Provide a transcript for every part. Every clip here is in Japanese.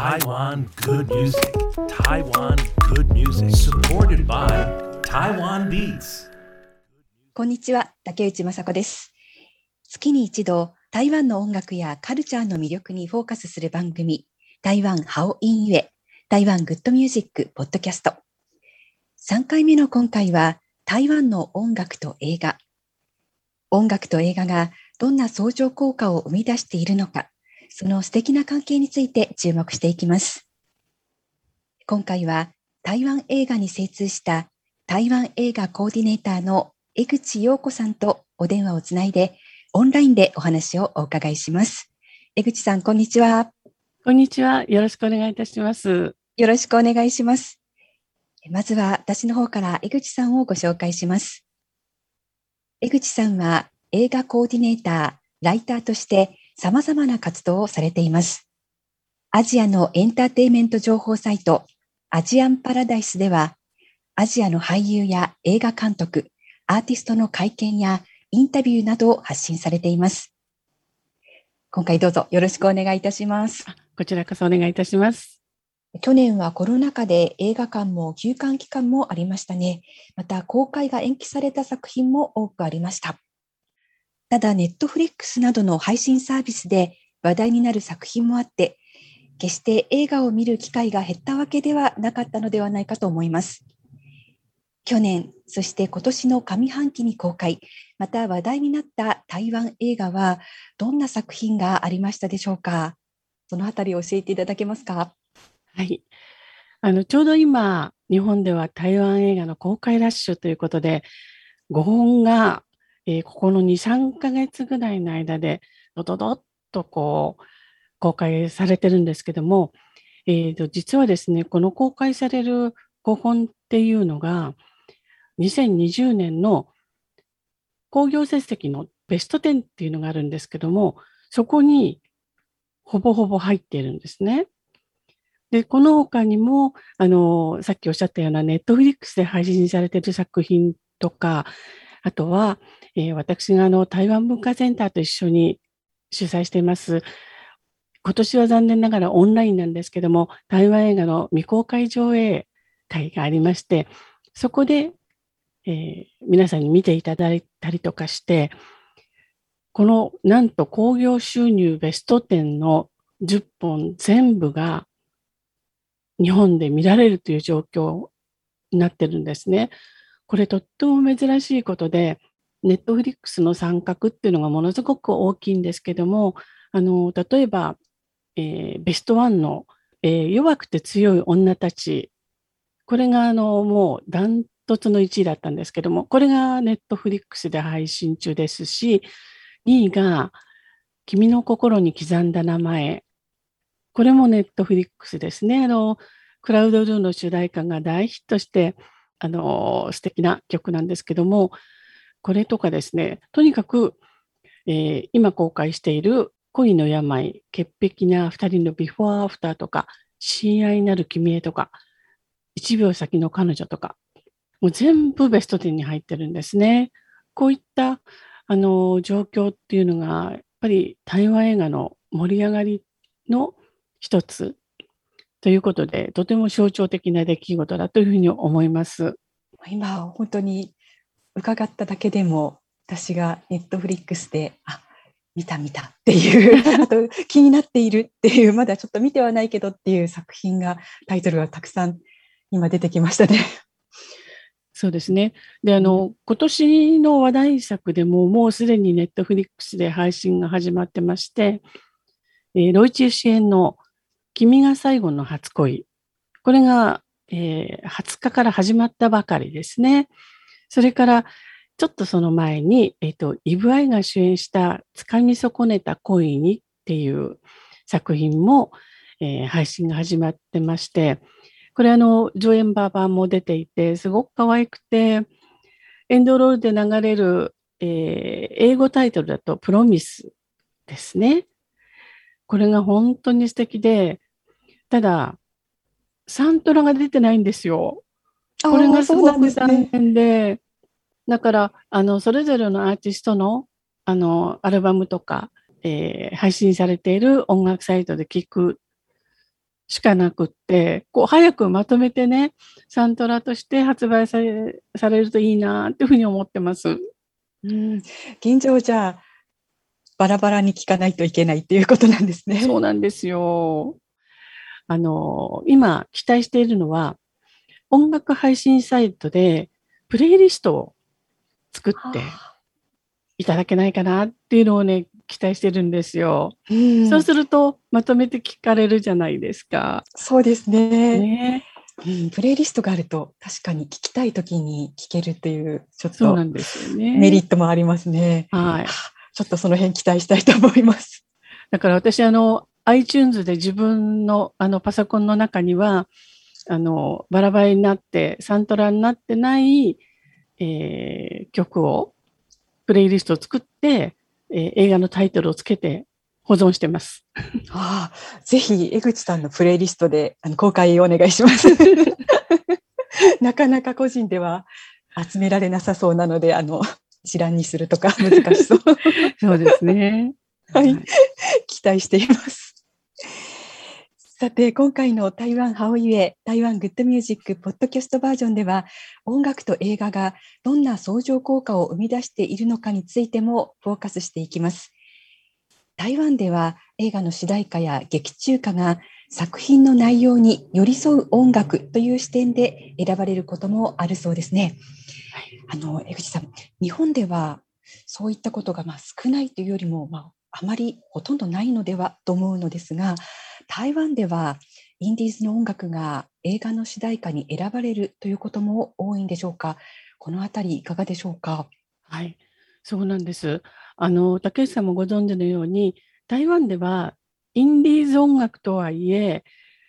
Taiwan Good Music. Taiwan Good Music. Supported by Taiwan Beats. こんにちは、竹内雅子です。月に一度、台湾の音楽やカルチャーの魅力にフォーカスする番組、台湾ハオインユエ、台湾グッドミュージックポッドキャスト。3回目の今回は、台湾の音楽と映画。音楽と映画がどんな相乗効果を生み出しているのか、その素敵な関係について注目していきます。今回は台湾映画に精通した台湾映画コーディネーターの江口洋子さんとお電話をつないでオンラインでお話をお伺いします。江口さん、こんにちは。 こんにちは。よろしくお願いいたします。 よろしくお願いします。まずは私の方から江口さんをご紹介します。江口さんは映画コーディネーター、ライターとして様々な活動をされています。アジアのエンターテインメント情報サイト、アジアンパラダイスでは、アジアの俳優や映画監督、アーティストの会見やインタビューなどを発信されています。今回どうぞよろしくお願いいたします。 こちらこそお願いいたします。 去年はコロナ禍で映画館も休館期間もありましたね。また公開が延期された作品も多くありました。ただ、ネットフリックスなどの配信サービスで話題になる作品もあって、決して映画を見る機会が減ったわけではなかったのではないかと思います。去年、そして今年の上半期に公開、また話題になった台湾映画はどんな作品がありましたでしょうか。そのあたりを教えていただけますか。 はい。ちょうど今、日本では台湾映画の公開ラッシュということで、5本がここの2、3ヶ月ぐらいの間でドドドッと公開されてるんですけども、実はですね、この公開される5本っていうのが2020年の興行成績のベスト10っていうのがあるんですけども、そこにほぼほぼ入っているんですね。で、この他にもさっきおっしゃったようなネットフリックスで配信されている作品とか、あとは私が台湾文化センターと一緒に主催しています。今年は残念ながらオンラインなんですけども、台湾映画の未公開上映会がありまして、そこで、皆さんに見ていただいたりとかして、このなんと興行収入ベスト10の10本全部が日本で見られるという状況になってるんですね。これとっても珍しいことで、ネットフリックスの参画っていうのがものすごく大きいんですけども、例えば、ベストワンの、弱くて強い女たち、これがもうダントツの1位だったんですけども、これがネットフリックスで配信中ですし、2位が君の心に刻んだ名前、これもネットフリックスですね。クラウド・ルーの主題歌が大ヒットして、素敵な曲なんですけども、これとかですね、とにかく、今公開している恋の病、潔癖な二人のビフォーアフターとか、親愛なる君へとか、一秒先の彼女とか、もう全部ベスト10に入ってるんですね。こういった状況っていうのが、やっぱり台湾映画の盛り上がりの一つということで、とても象徴的な出来事だというふうに思います。 今、本当に伺っただけでも、私がネットフリックスで、見たっていうあと気になっているっていう、まだちょっと見てはないけどっていう作品が、タイトルがたくさん今出てきましたね。 そうですね。で、今年の話題作でももうすでにネットフリックスで配信が始まってまして、ロイチュ主演の君が最後の初恋、これが、20日から始まったばかりですね。それからちょっとその前に、イブ・アイが主演した掴み損ねた恋にっていう作品も、配信が始まってまして、これ上演版も出ていて、すごく可愛くて、エンドロールで流れる、英語タイトルだとプロミスですね。これが本当に素敵で、ただ、サントラが出てないんですよ。これがすごく残念で、だから、それぞれのアーティストの、アルバムとか、配信されている音楽サイトで聴くしかなくって、こう早くまとめてね、サントラとして発売されるといいなっていうふうに思ってます。 現状じゃあ、バラバラに聴かないといけないっていうことなんですね。 そうなんですよ。今期待しているのは、音楽配信サイトでプレイリストを作っていただけないかなっていうのをね、期待してるんですよ。そうすると、まとめて聞かれるじゃないですか。 そうですね。 ね。 プレイリストがあると、確かに聞きたいときに聞けるっていう、ちょっとそうなんですよね。 メリットもありますね。 はい。 ちょっとその辺期待したいと思います。 だから私、iTunes で自分のパソコンの中には、バラバラになって、サントラになってない、曲を、プレイリストを作って、映画のタイトルをつけて保存してます。 ぜひ、江口さんのプレイリストで公開お願いします。なかなか個人では集められなさそうなので、一覧にするとか難しそう。 そうですね。 はい、期待しています。さて、今回の台湾ハオイエ、台湾グッドミュージックポッドキャストバージョンでは、音楽と映画がどんな相乗効果を生み出しているのかについてもフォーカスしていきます。台湾では映画の主題歌や劇中歌が作品の内容に寄り添う音楽という視点で選ばれることもあるそうですね。江口さん、日本ではそういったことが少ないというよりも、あまりほとんどないのではと思うのですが、台湾ではインディーズの音楽が映画の主題歌に選ばれるということも多いんでしょうか。このあたりいかがでしょうか。 はい、そうなんです。竹内さんもご存知のように、台湾ではインディーズ音楽とはいえ、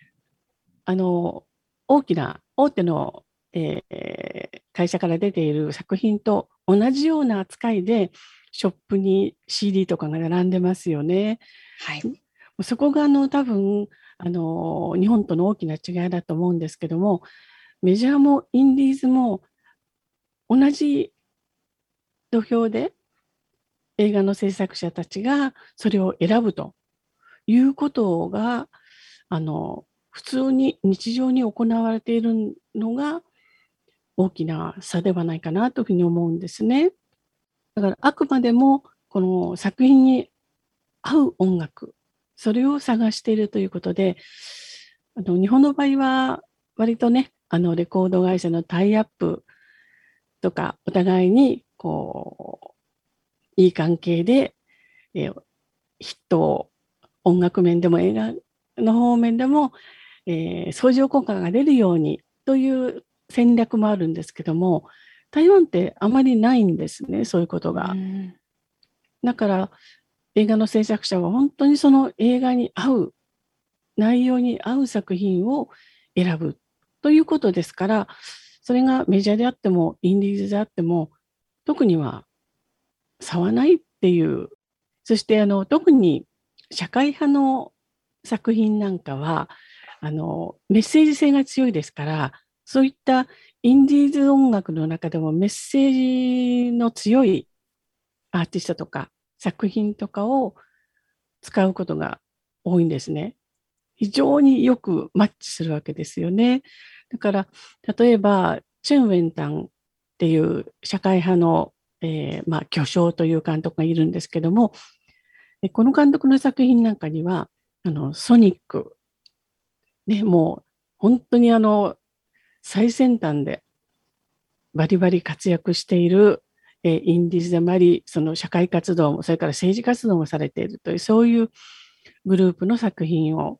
大きな大手の、会社から出ている作品と同じような扱いでショップに CD とかが並んでますよね。 はい、 そこが多分日本との大きな違いだと思うんですけども、メジャーもインディーズも同じ土俵で映画の制作者たちがそれを選ぶということが普通に日常に行われているのが大きな差ではないかなというふうに思うんですね。だからあくまでもこの作品に合う音楽、それを探しているということで、日本の場合は割とね、レコード会社のタイアップとかお互いにいい関係で、ヒットを音楽面でも映画の方面でも、相乗効果が出るようにという戦略もあるんですけども、台湾ってあまりないんですね、そういうことが。だから映画の制作者は本当にその映画に合う、内容に合う作品を選ぶということですから、それがメジャーであってもインディーズであっても特には差はないっていう。そして特に社会派の作品なんかはメッセージ性が強いですから、そういったインディーズ音楽の中でもメッセージの強いアーティストとか作品とかを使うことが多いんですね。非常によくマッチするわけですよね。だから例えばチェン・ウェンタンっていう社会派の、巨匠という監督がいるんですけども、この監督の作品なんかにはソニック、ね、もう本当に最先端でバリバリ活躍しているインディーズでもあり、その社会活動もそれから政治活動もされているという、そういうグループの作品を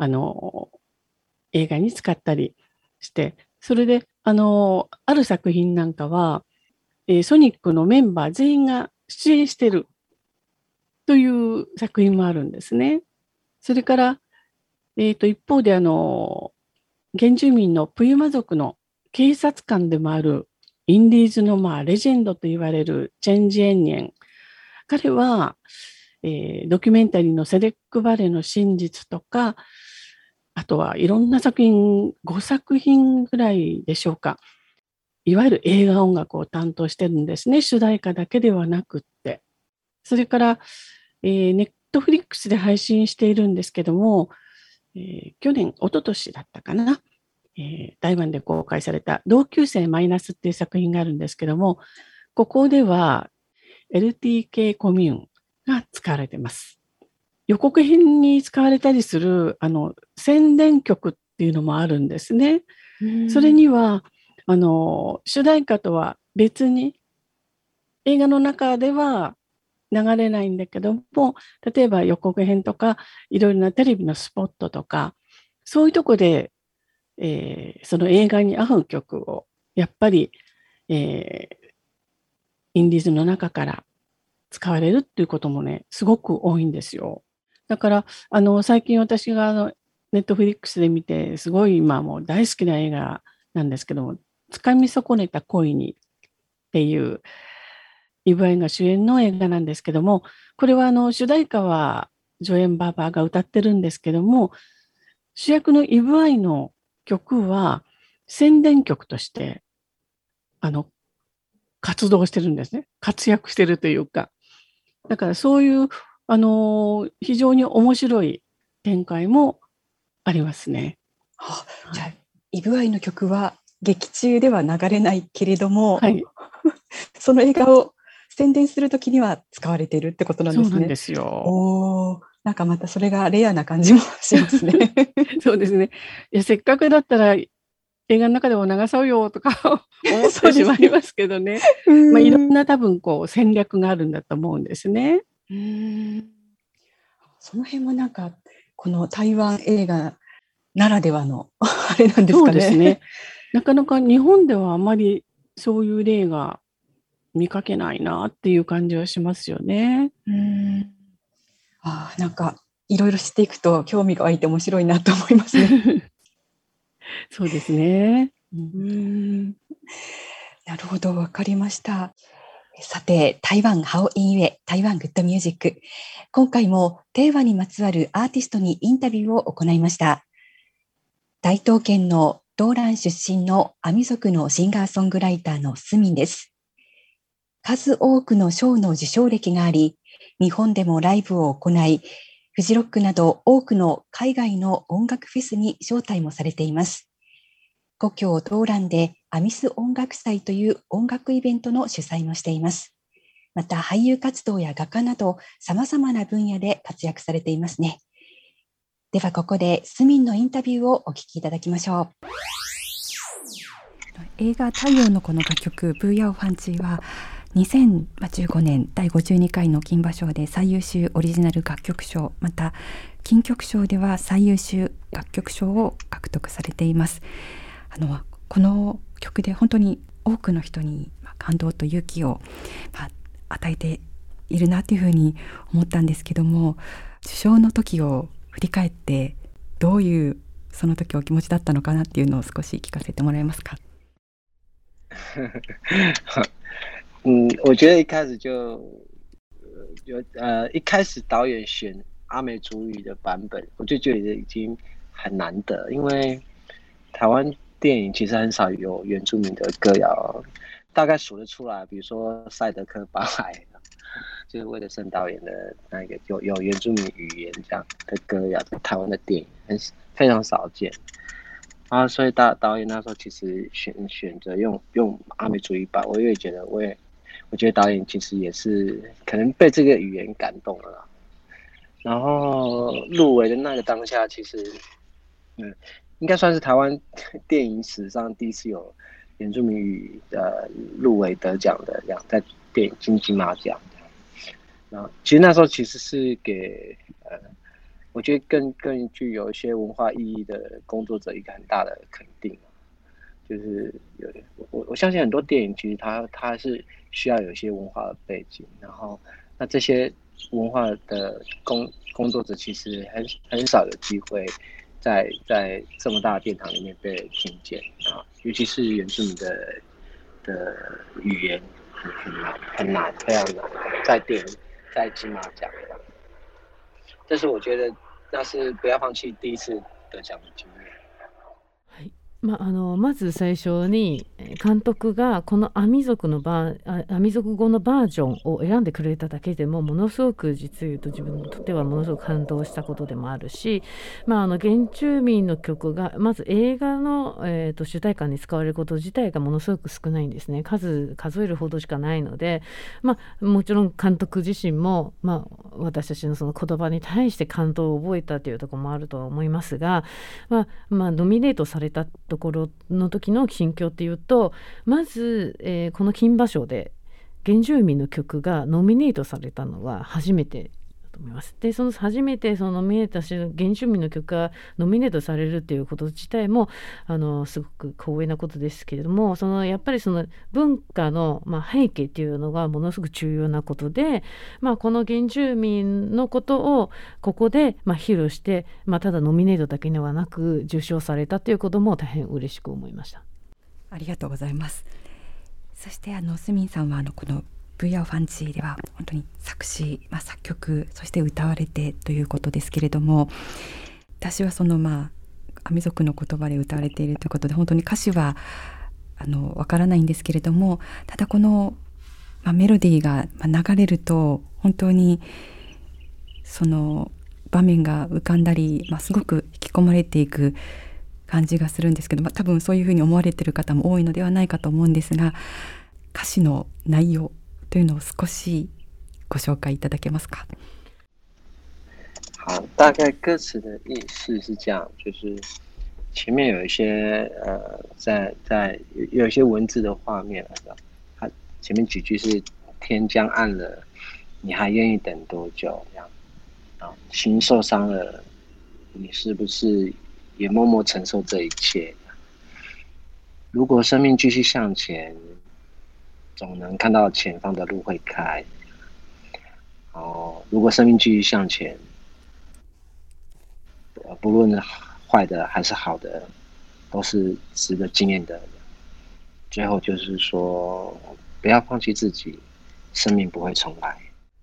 映画に使ったりして、それである作品なんかは、ソニックのメンバー全員が出演しているという作品もあるんですね。それから、一方で原住民のプユマ族の警察官でもあるインディーズのレジェンドと言われるチェン・ジエンニェン。彼は、ドキュメンタリーのセレック・バレーの真実とか、あとはいろんな作品、5作品ぐらいでしょうか。いわゆる映画音楽を担当してるんですね。主題歌だけではなくって。それから、ネットフリックスで配信しているんですけども、 去年、一昨年だったかな、台湾で公開された同級生マイナスっていう作品があるんですけども、ここでは LTK コミューンが使われています。予告編に使われたりする宣伝曲っていうのもあるんですね。それには主題歌とは別に映画の中では流れないんだけども、例えば予告編とかいろいろなテレビのスポットとかそういうとこで、その映画に合う曲をやっぱり、インディーズの中から使われるっていうこともねすごく多いんですよ。だから最近私がネットフリックスで見てすごい今もう大好きな映画なんですけども、掴み損ねた恋にっていうイブ・アイが主演の映画なんですけども、これは主題歌はジョエン・バーバーが歌ってるんですけども、主役のイブ・アイの曲は宣伝曲として活動してるんですね。活躍してるというか。だからそういう非常に面白い展開もありますね。 じゃあイブ・アイの曲は劇中では流れないけれども、はい、その映画を宣伝するときには使われているってことなんですね。 そうなんですよ。 なんかまたそれがレアな感じもしますね。 そうですね。いやせっかくだったら映画の中でも流そうよとか思ってしまいますけどね。まあ、いろんな多分戦略があるんだと思うんですね。 その辺もなんかこの台湾映画ならではのあれなんですかね。 そうですね。なかなか日本ではあまりそういう例が見かけないなっていう感じはしますよね。 なんかいろいろ知っていくと興味が湧いて面白いなと思いますね。 そうですね。 なるほど、わかりました。さて、台湾ハオインウェイ、台湾グッドミュージック。今回も台湾にまつわるアーティストにインタビューを行いました。大東県の道蘭出身のアミ族のシンガーソングライターのスミンです。数多くの賞の受賞歴があり、日本でもライブを行い、フジロックなど多くの海外の音楽フェスに招待もされています。故郷道蘭でアミス音楽祭という音楽イベントの主催もしています。また俳優活動や画家など様々な分野で活躍されていますね。ではここでスミンのインタビューをお聞きいただきましょう。映画太陽の子の楽曲ブーヤオファンチーは2015年第52回の金馬賞で最優秀オリジナル楽曲賞、また金曲賞では最優秀楽曲賞を獲得されています。この曲で本当に多くの人に感動と勇気を与えているなというふうに思ったんですけども、受賞の時を振り返ってどういうその時お気持ちだったのかなっていうのを少し聞かせてもらえますか？ 我觉得一开始一开始导演选阿美族语的版本，我就觉得已经很难得，因为台湾电影其实很少有原住民的歌谣，大概数得出来，比如说赛德克巴莱，就是魏德圣导演的那个有原住民语言这样的歌谣，在台湾的电影非常少见。所以导演那时候其实选择用阿美族语版，我也觉得我觉得导演其实也是可能被这个语言感动了啦。然后入围的那个当下，其实应该算是台湾电影史上第一次有原住民语入围得奖的，在电影金马奖。然后其实那时候其实是给我觉得更具有一些文化意义的工作者一个很大的肯定，就是我相信很多电影其实它是需要有一些文化的背景，然后那这些文化的工作者其实很少有机会在这么大的殿堂里面被听见啊，尤其是原住民的语言很难，非常难，在金马奖。但是我觉得那是不要放弃第一次得奖的经验。 はい、 まず最初に監督がこのアミ族語のバージョンを選んでくれただけでもものすごく実言うと自分にとってはものすごく感動したことでもあるし、原住民の曲がまず映画の、主題歌に使われること自体がものすごく少ないんですね。数えるほどしかないので、もちろん監督自身も、私たちのその言葉に対して感動を覚えたというところもあるとは思いますが、ノミネートされたところの時の心境っていうと、まず、この金馬賞で原住民の曲がノミネートされたのは初めてだと思います。でその初めてそのノミネートした原住民の曲がノミネートされるっていうこと自体もすごく光栄なことですけれども、やっぱりその文化の、背景っていうのがものすごく重要なことで、この原住民のことをここで、披露して、ただノミネートだけではなく受賞されたということも大変嬉しく思いました。 ありがとうございます。そしてスミンさんはこのVR ファンジーでは本当に作詞、作曲、そして歌われてということですけれども、私はアミ族の言葉で歌われているということで本当に歌詞はわからないんですけれども、ただこの、メロディーが流れると本当にその場面が浮かんだり、すごく引き込まれていく感じがするんですけど、多分そういうふうに思われている方も多いのではないかと思うんですが、歌詞の内容というのを少しご紹介いただけますか？ 好，大概歌词的意思是这样，就是前面有一些有一些文字的画面，它前面几句是天将暗了，你还愿意等多久？这样，心受伤了，你是不是也默默承受这一切？如果生命继续向前，总能看到前方的路会开。如果生命继续向前，不论坏的还是好的，都是值得经验的。最後就是說，不要放棄自己，生命不会重来。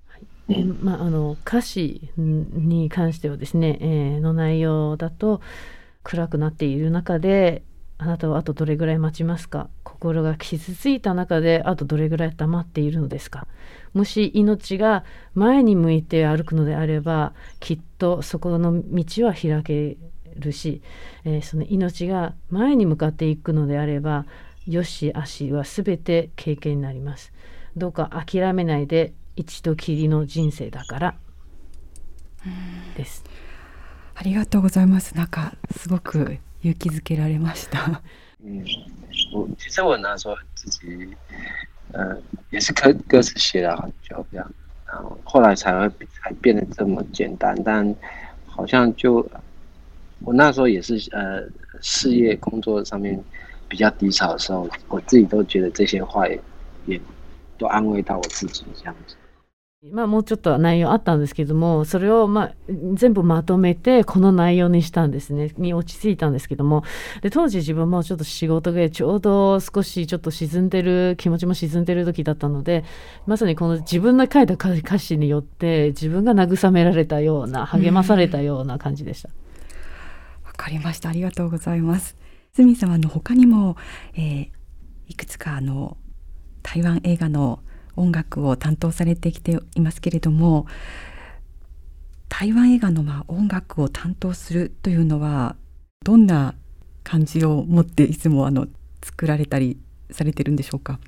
歌詞に関してはですね、の内容だと、暗くなっている中であなたはあとどれぐらい待ちますか？心が傷ついた中であとどれぐらい黙っているのですか？もし命が前に向いて歩くのであれば、きっとそこの道は開けるし、その命が前に向かっていくのであれば、よし悪しはすべて経験になります。どうか諦めないで、一度きりの人生だからです。 ありがとうございます。なんかすごく勇気づけられました。 其实我那时候自己，也是歌词写了很久这样，然后后来才变得这么简单。但好像我那时候也是事业工作上面比较低潮的时候，我自己都觉得这些话也都安慰到我自己这样子。 もうちょっと内容あったんですけども、それを全部まとめてこの内容にしたんですね。に落ち着いたんですけども、で当時自分もちょっと仕事でちょうど少しちょっと気持ちも沈んでる時だったので、まさにこの自分の書いた歌詞によって自分が慰められたような、励まされたような感じでした。 わかりました。ありがとうございます。スミさんは他にも、いくつか台湾映画の音楽を担当されてきていますけれども、台湾映画の音楽を担当するというのはどんな感じを持っていつも作られたりされてるんでしょうか？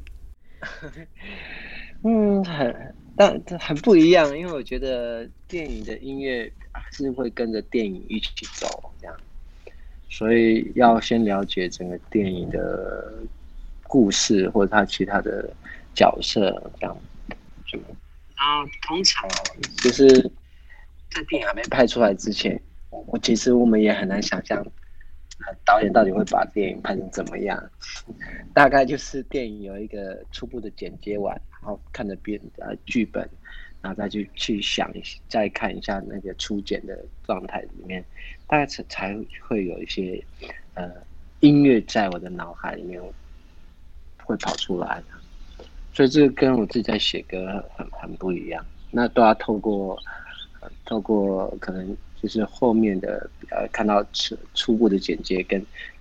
很不一样，因为我觉得电影的音乐是会跟着电影一起走，这样，所以要先了解整个电影的故事或者它其他的角色这样，然后通常就是在电影还没拍出来之前，其实我们也很难想象，导演到底会把电影拍成怎么样。大概就是电影有一个初步的剪接完，然后看着剧本，然后再去想，再看一下那个初剪的状态里面，大概才会有一些音乐在我的脑海里面会跑出来的。所以这个跟我自己在写歌很不一样，那都要透过可能就是后面的看到初步的剪接跟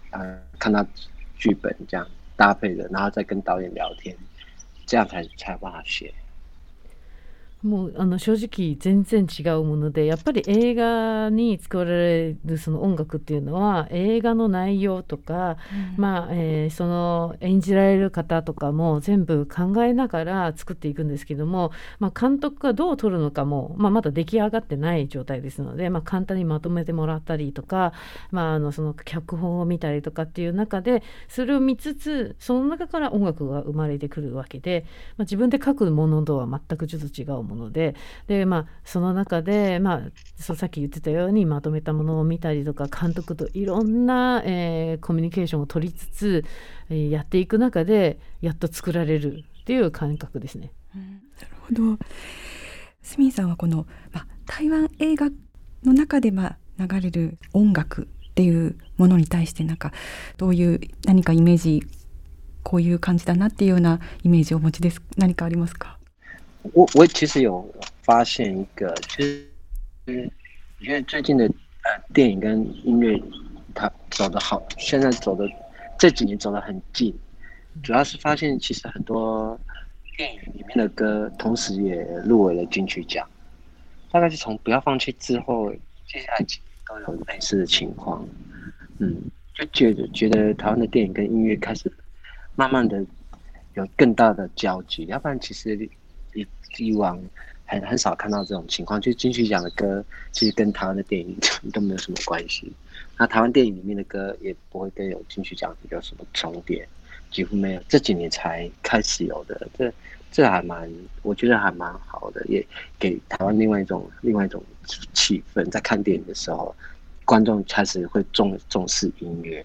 看到剧本这样搭配的，然后再跟导演聊天，这样才有办法写。 もう正直全然違うもので、やっぱり映画に使われるその音楽っていうのは映画の内容とか、その演じられる方とかも全部考えながら作っていくんですけども、監督がどう撮るのかも、まだ出来上がってない状態ですので、簡単にまとめてもらったりとか、その脚本を見たりとかっていう中でそれを見つつ、その中から音楽が生まれてくるわけで、自分で書くものとは全くちょっと違うもので、その中で、さっき言ってたようにまとめたものを見たりとか、監督といろんな、コミュニケーションを取りつつ、やっていく中でやっと作られるっていう感覚ですね。 なるほど。スミンさんはこの、台湾映画の中で、流れる音楽っていうものに対してどういう何かイメージ、こういう感じだなっていうようなイメージをお持ちです。何かありますか？ 我其实有发现一个，就是我觉得最近的电影跟音乐，它走得好，现在这几年走得很近，主要是发现其实很多电影里面的歌，同时也入围了金曲奖。大概是从不要放弃之后，接下来几年都有类似的情况。就觉得台湾的电影跟音乐开始慢慢的有更大的交集，要不然其实以往很少看到这种情况，就是金曲奖的歌其实跟台湾的电影都没有什么关系，那台湾电影里面的歌也不会跟有金曲奖有什么重叠，几乎没有，这几年才开始有的，这我觉得还蛮好的，也给台湾另外一种气氛，在看电影的时候，观众开始会重视音乐。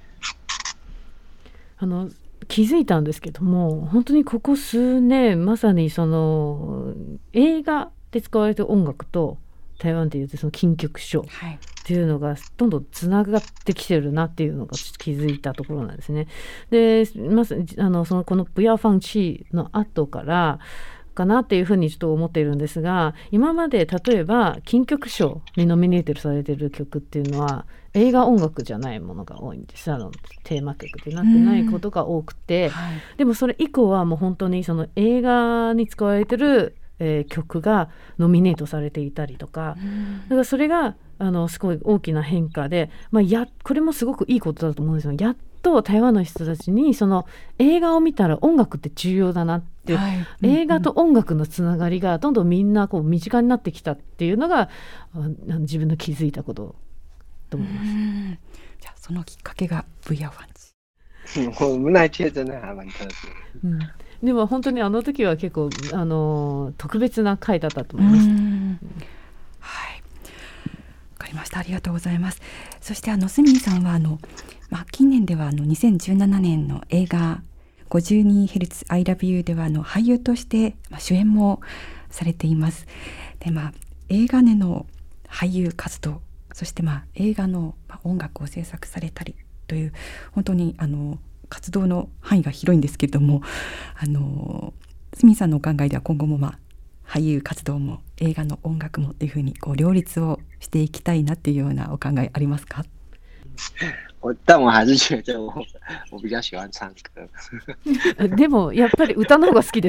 気づいたんですけども、本当にここ数年まさにその映画で使われている音楽と台湾でいうとその金曲賞っていうのがどんどんつながってきてるなっていうのが気づいたところなんですね。で、まずこの不要放棄の後からかなっていうふうにちょっと思っているんですが、今まで例えば金曲賞にノミネートされている曲っていうのは映画音楽じゃないものが多いんです。テーマ曲でなってないことが多くて、でもそれ以降はもう本当にその映画に使われている曲がノミネートされていたりとか、だからそれがすごい大きな変化で、これもすごくいいことだと思うんですよ。やっと台湾の人たちにその映画を見たら音楽って重要だなって、映画と音楽のつながりがどんどんみんな身近になってきたっていうのが自分の気づいたことと思います。 じゃあそのきっかけが不要放棄。 我们那届真的还蛮特别。 でも本当にあの時は結構特別な回だったと思います。 はい、わかりました。ありがとうございます。そしてスミンさんは近年では2017年の映画 52Hz I Love You では俳優として主演もされています。で、映画での俳優活動、そして映画の音楽を制作されたりという本当に活動の範囲が広いんですけれども、スミンさんのお考えでは今後も俳優活動も映画の音楽もっていうふうに両立をしていきたいなっていうようなお考えありますか？ 但我还是觉得我比较喜欢唱歌。 でもやっぱり歌の方が好きです。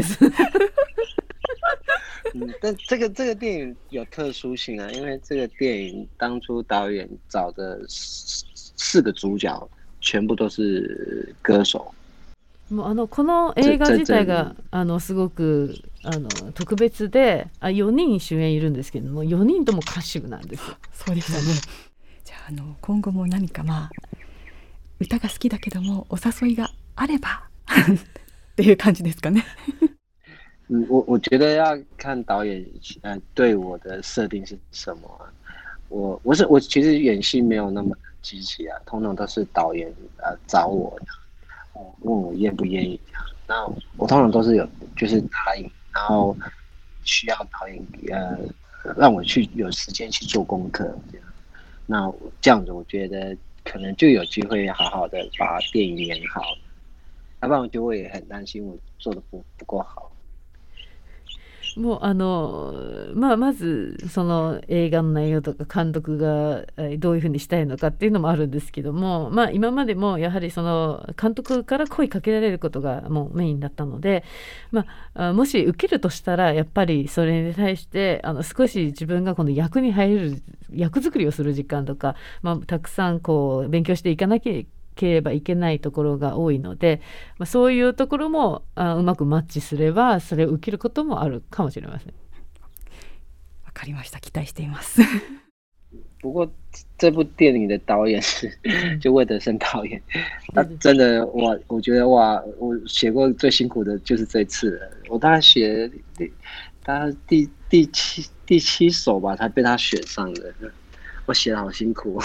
但这个电影有特殊性啊，因为这个电影当初导演找的4个主角全部都是歌手。 もうこの映画自体がすごく特別で、4人主演いるんですけども、4人とも歌手なんですよ。 そうですよね。じゃあ今後も何か歌が好きだけどもお誘いがあればっていう感じですかね。 我觉得要看导演对我的设定是什么。我其实演戏没有那么积极啊，通常都是导演找我，问我愿不愿意这样。那我通常都是就是答应，然后需要导演让我去有时间去做功课这样。那这样子我觉得可能就有机会好好的把电影演好，要不然我觉得我也很担心我做的不够好。 もうまずその映画の内容とか監督がどういうふうにしたいのかっていうのもあるんですけども、今までもやはりその監督から声かけられることがもうメインだったので、もし受けるとしたらやっぱりそれに対して少し自分がこの役に入る役作りをする時間とか、たくさんこう勉強していかなければいけないところが多いので、そういうところもうまくマッチすればそれを受けることもあるかもしれません。 わかりました。期待しています。 不过这部电影的导演是就魏德胜导演，他真的我觉得哇，我写过最辛苦的就是这次了。我大概写大概第七首吧，才被他选上的。我写得好辛苦。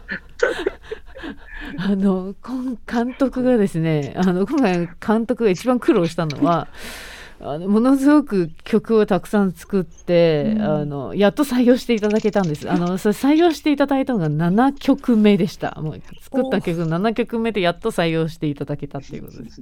監督がですね、今回監督が一番苦労したのはものすごく曲をたくさん作って、やっと採用していただけたんです。それ採用していただいたのが7曲目でした。もう作った曲7曲目でやっと採用していただけたっていうことです。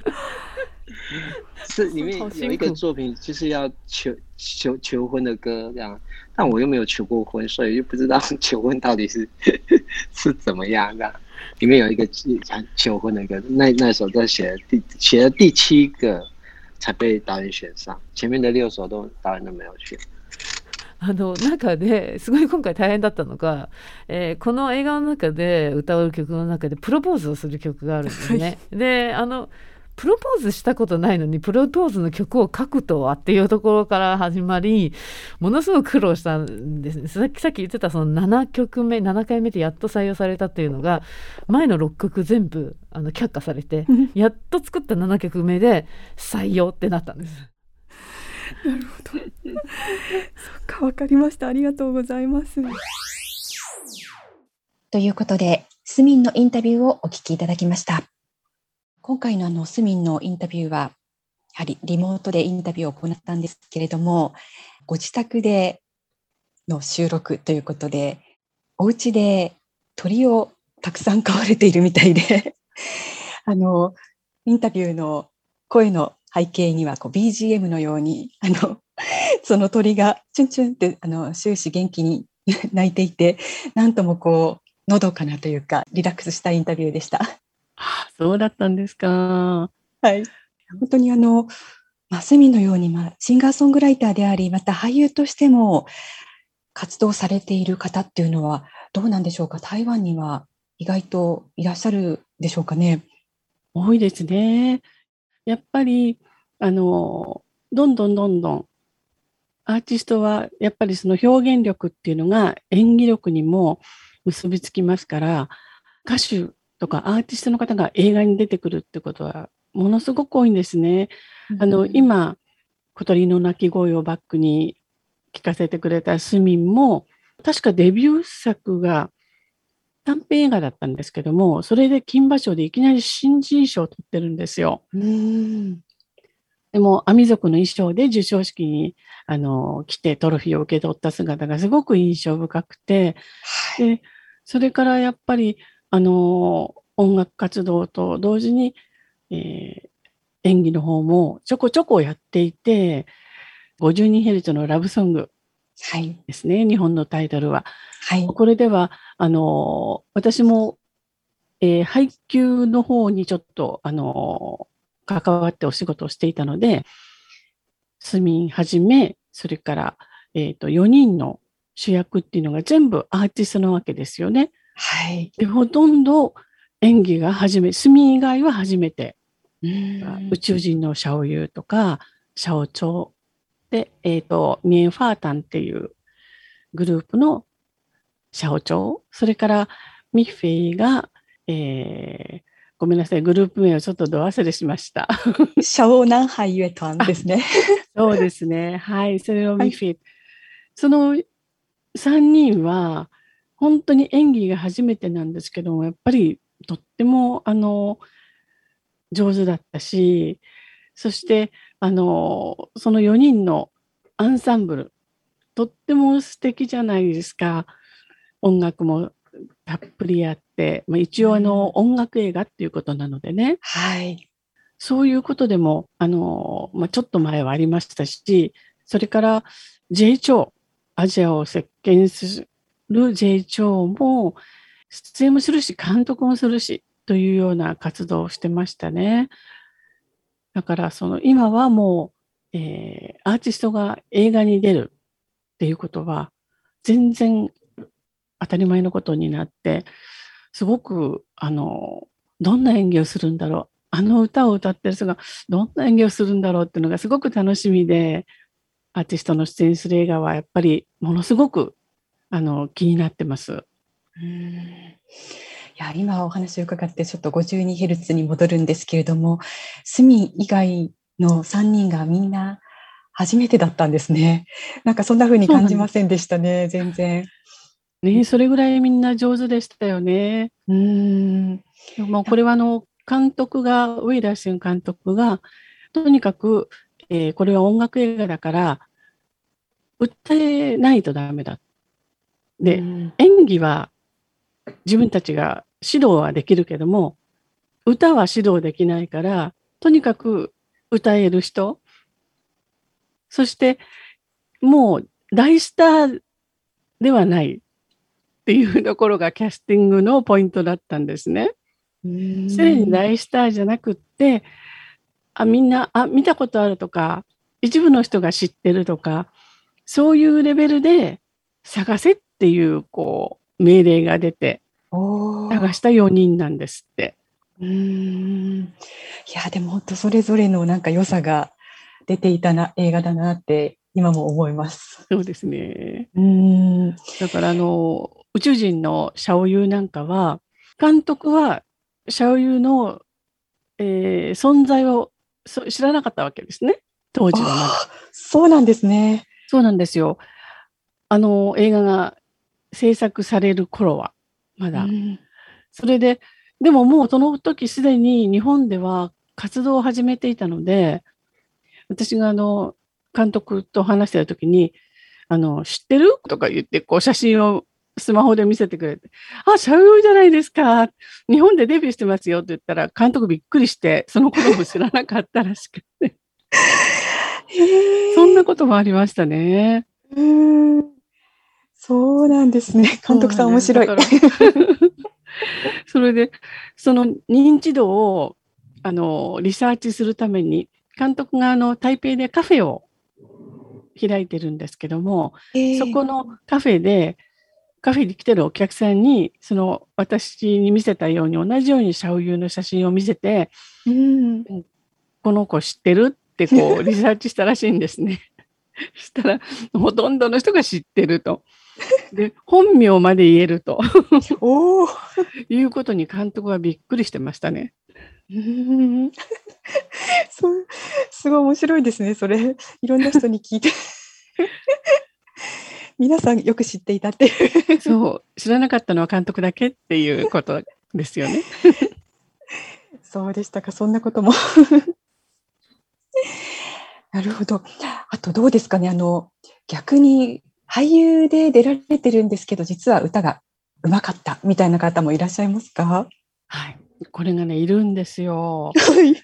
是里面有一个作品就是要求婚的歌这样，但我又没有求过婚，所以就不知道求婚到底是怎么样的。里面有一个求婚的歌，那首歌写了第7个才被导演选上，前面的6首导演都没有选。 中ですごい今回大変だったのが、この映画の中で歌う曲の中でプロポーズをする曲があるんですね。でプロポーズしたことないのにプロポーズの曲を書くとはっていうところから始まり、ものすごく苦労したんですね。さっき言ってたその7回目でやっと採用されたっていうのが、前の6曲全部却下されてやっと作った7曲目で採用ってなったんです。 なるほど。そっか、わかりました。ありがとうございます。ということで、スミンのインタビューをお聞きいただきました。今回のスミンのインタビューは、やはりリモートでインタビューを行ったんですけれども、ご自宅での収録ということで、お家で鳥をたくさん飼われているみたいで、インタビューの声の背景にはBGM のようにその鳥がチュンチュンって終始元気に鳴いていて、なんとものどかなというかリラックスしたインタビューでした。 そうだったんですか。 はい。本当にスミンのようにシンガーソングライターであり、また俳優としても活動されている方っていうのはどうなんでしょうか。台湾には意外といらっしゃるでしょうかね。 多いですね。やっぱりどんどんアーティストはやっぱりその表現力っていうのが演技力にも結びつきますから、歌手とかアーティストの方が映画に出てくるってことはものすごく多いんですね。今小鳥の鳴き声をバックに聞かせてくれたスミンも、確かデビュー作が短編映画だったんですけども、それで金馬賞でいきなり新人賞を取ってるんですよ。でもアミ族の衣装で授賞式に来てトロフィーを受け取った姿がすごく印象深くて、でそれからやっぱり音楽活動と同時に、演技の方もちょこちょこやっていて、52Hz のラブソングですね、日本のタイトルは。これでは私も、配給の方にちょっと関わってお仕事をしていたので、スミンはじめ、それから、4人の主役っていうのが全部アーティストなわけですよね。でほとんど演技がスミン以外は初めて。宇宙人のシャオユーとかシャオチョウで、ミエンファータンっていうグループのシャオチョウ、それからミッフェイが、ごめんなさい、グループ名をちょっとど忘れしました。 シャオナンハイユエトンですね。 そうですね。はい、それをミッフェイ。その3人は本当に演技が初めてなんですけども、やっぱりとっても上手だったし、そしてその4人のアンサンブルとっても素敵じゃないですか。音楽もたっぷりあって、一応音楽映画っていうことなのでね、そういうことでもちょっと前はありましたし、 それから J 長、アジアを席巻する J 長も出演もするし監督もするしというような活動をしてましたね。だから今はもう、アーティストが映画に出るっていうことは全然当たり前のことになって、すごくどんな演技をするんだろう、あの歌を歌ってる人がどんな演技をするんだろうっていうのがすごく楽しみで、アーティストの出演する映画はやっぱりものすごく気になってます。 いや、今お話を伺ってちょっと 52Hz に戻るんですけれども、スミ以外の3人がみんな初めてだったんですね。なんかそんな風に感じませんでしたね、全然。 ね、それぐらいみんな上手でしたよね。もうこれは監督が、ウェイダーシン監督が、とにかく、これは音楽映画だから、歌えないとダメだ。で、演技は自分たちが指導はできるけども、歌は指導できないから、とにかく歌える人、そしてもう大スターではないっていうところがキャスティングのポイントだったんですね。すでに大スターじゃなくって、みんな見たことあるとか、一部の人が知ってるとか、そういうレベルで探せっていう命令が出て、探した4人なんですって。 いや、でも本当それぞれのなんか良さが出ていた映画だなって今も思います。 そうですね。だから宇宙人のシャオユーなんかは、監督はシャオユーの、存在を知らなかったわけですね、当時はまだ。 そうなんですね。 そうなんですよ。映画が制作される頃はまだ。それで、でももうその時すでに日本では活動を始めていたので、私が監督と話してた時に、知ってるとか言って写真をスマホで見せてくれて、シャオユーじゃないですか、日本でデビューしてますよって言ったら、監督びっくりして、そのことも知らなかったらしくてそんなこともありましたね。 そうなんですね。監督さん面白い。 それでその認知度をリサーチするために、監督が台北でカフェを開いてるんですけども、そこのカフェに来てるお客さんに私に見せたように同じようにシャオユーの写真を見せて、この子知ってるってリサーチしたらしいんですね。したらほとんどの人が知ってると。で、本名まで言えるということに監督はびっくりしてましたね。 すごい面白いですね、それ。いろんな人に聞いて皆さんよく知っていたっていう。 そう、知らなかったのは監督だけっていうことですよね。 そうでしたか、そんなこともなるほど。あとどうですかね、逆に俳優で出られてるんですけど、実は歌がうまかったみたいな方もいらっしゃいますか？ はい、これがね、いるんですよ。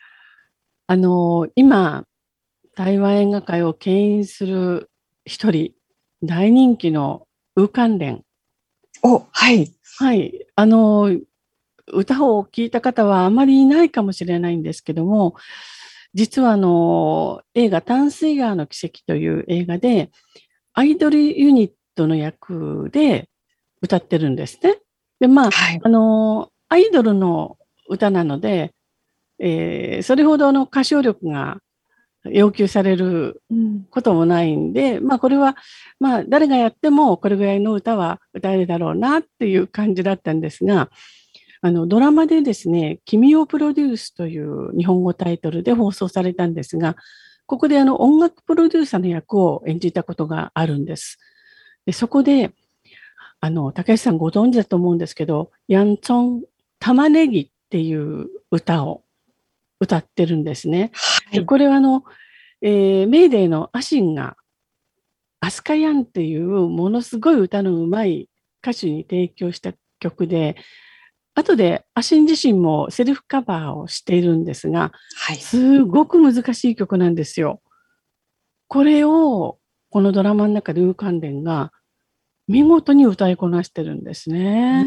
今、台湾映画界を牽引する一人、大人気のウーカンレン。 はい。 はい。歌を聴いた方はあまりいないかもしれないんですけども、実は映画淡水川の奇跡という映画で、アイドルユニットの役で歌ってるんですね。で、アイドルの歌なので、それほど歌唱力が要求されることもないんで、これは、誰がやってもこれぐらいの歌は歌えるだろうなっていう感じだったんですが、ドラマでですね、君をプロデュースという日本語タイトルで放送されたんですが、ここで音楽プロデューサーの役を演じたことがあるんです。で、そこで、竹内さんご存知だと思うんですけど、ヤンチョン玉ねぎっていう歌を歌ってるんですね。でこれはメイデーのアシンがアスカヤンっていうものすごい歌のうまい歌手に提供した曲で、後でアシン自身もセルフカバーをしているんですが、すごく難しい曲なんですよ。 これをこのドラマの中でウーカンデンが見事に歌いこなしてるんですね。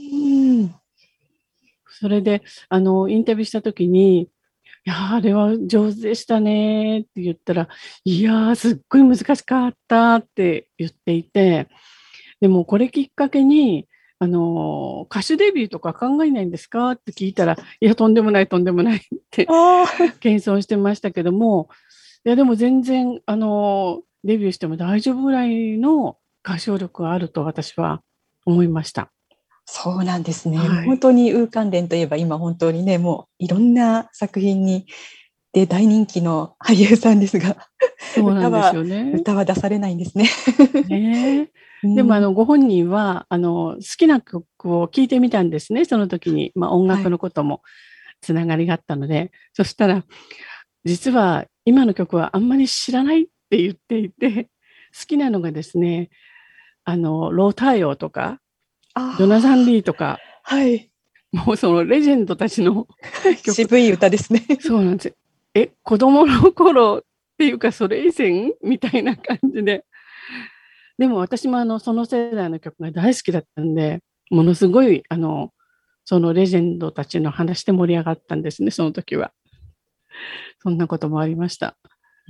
それでインタビューした時に、いやあれは上手でしたねって言ったら、いやすっごい難しかったって言っていて、でもこれきっかけに歌手デビューとか考えないんですかって聞いたら、いやとんでもないって謙遜してましたけども、いやでも全然デビューしても大丈夫ぐらいの歌唱力があると私は思いました。 そうなんですね。本当にウーカンデンといえば今本当にね、もういろんな作品にで大人気の俳優さんですが、 そうなんですよね。 歌は出されないんですね。 でもご本人は好きな曲を聴いてみたんですね、その時に。音楽のこともつながりがあったので、そしたら実は今の曲はあんまり知らないって言っていて、好きなのがですね、ローターヨーとかジョナサン・リーとか、もうそのレジェンドたちの渋い歌ですね。 そうなんです。子供の頃っていうかそれ以前みたいな感じで、でも私もその世代の曲が大好きだったんで、ものすごいそのレジェンドたちの話で盛り上がったんですね、その時は。そんなこともありました。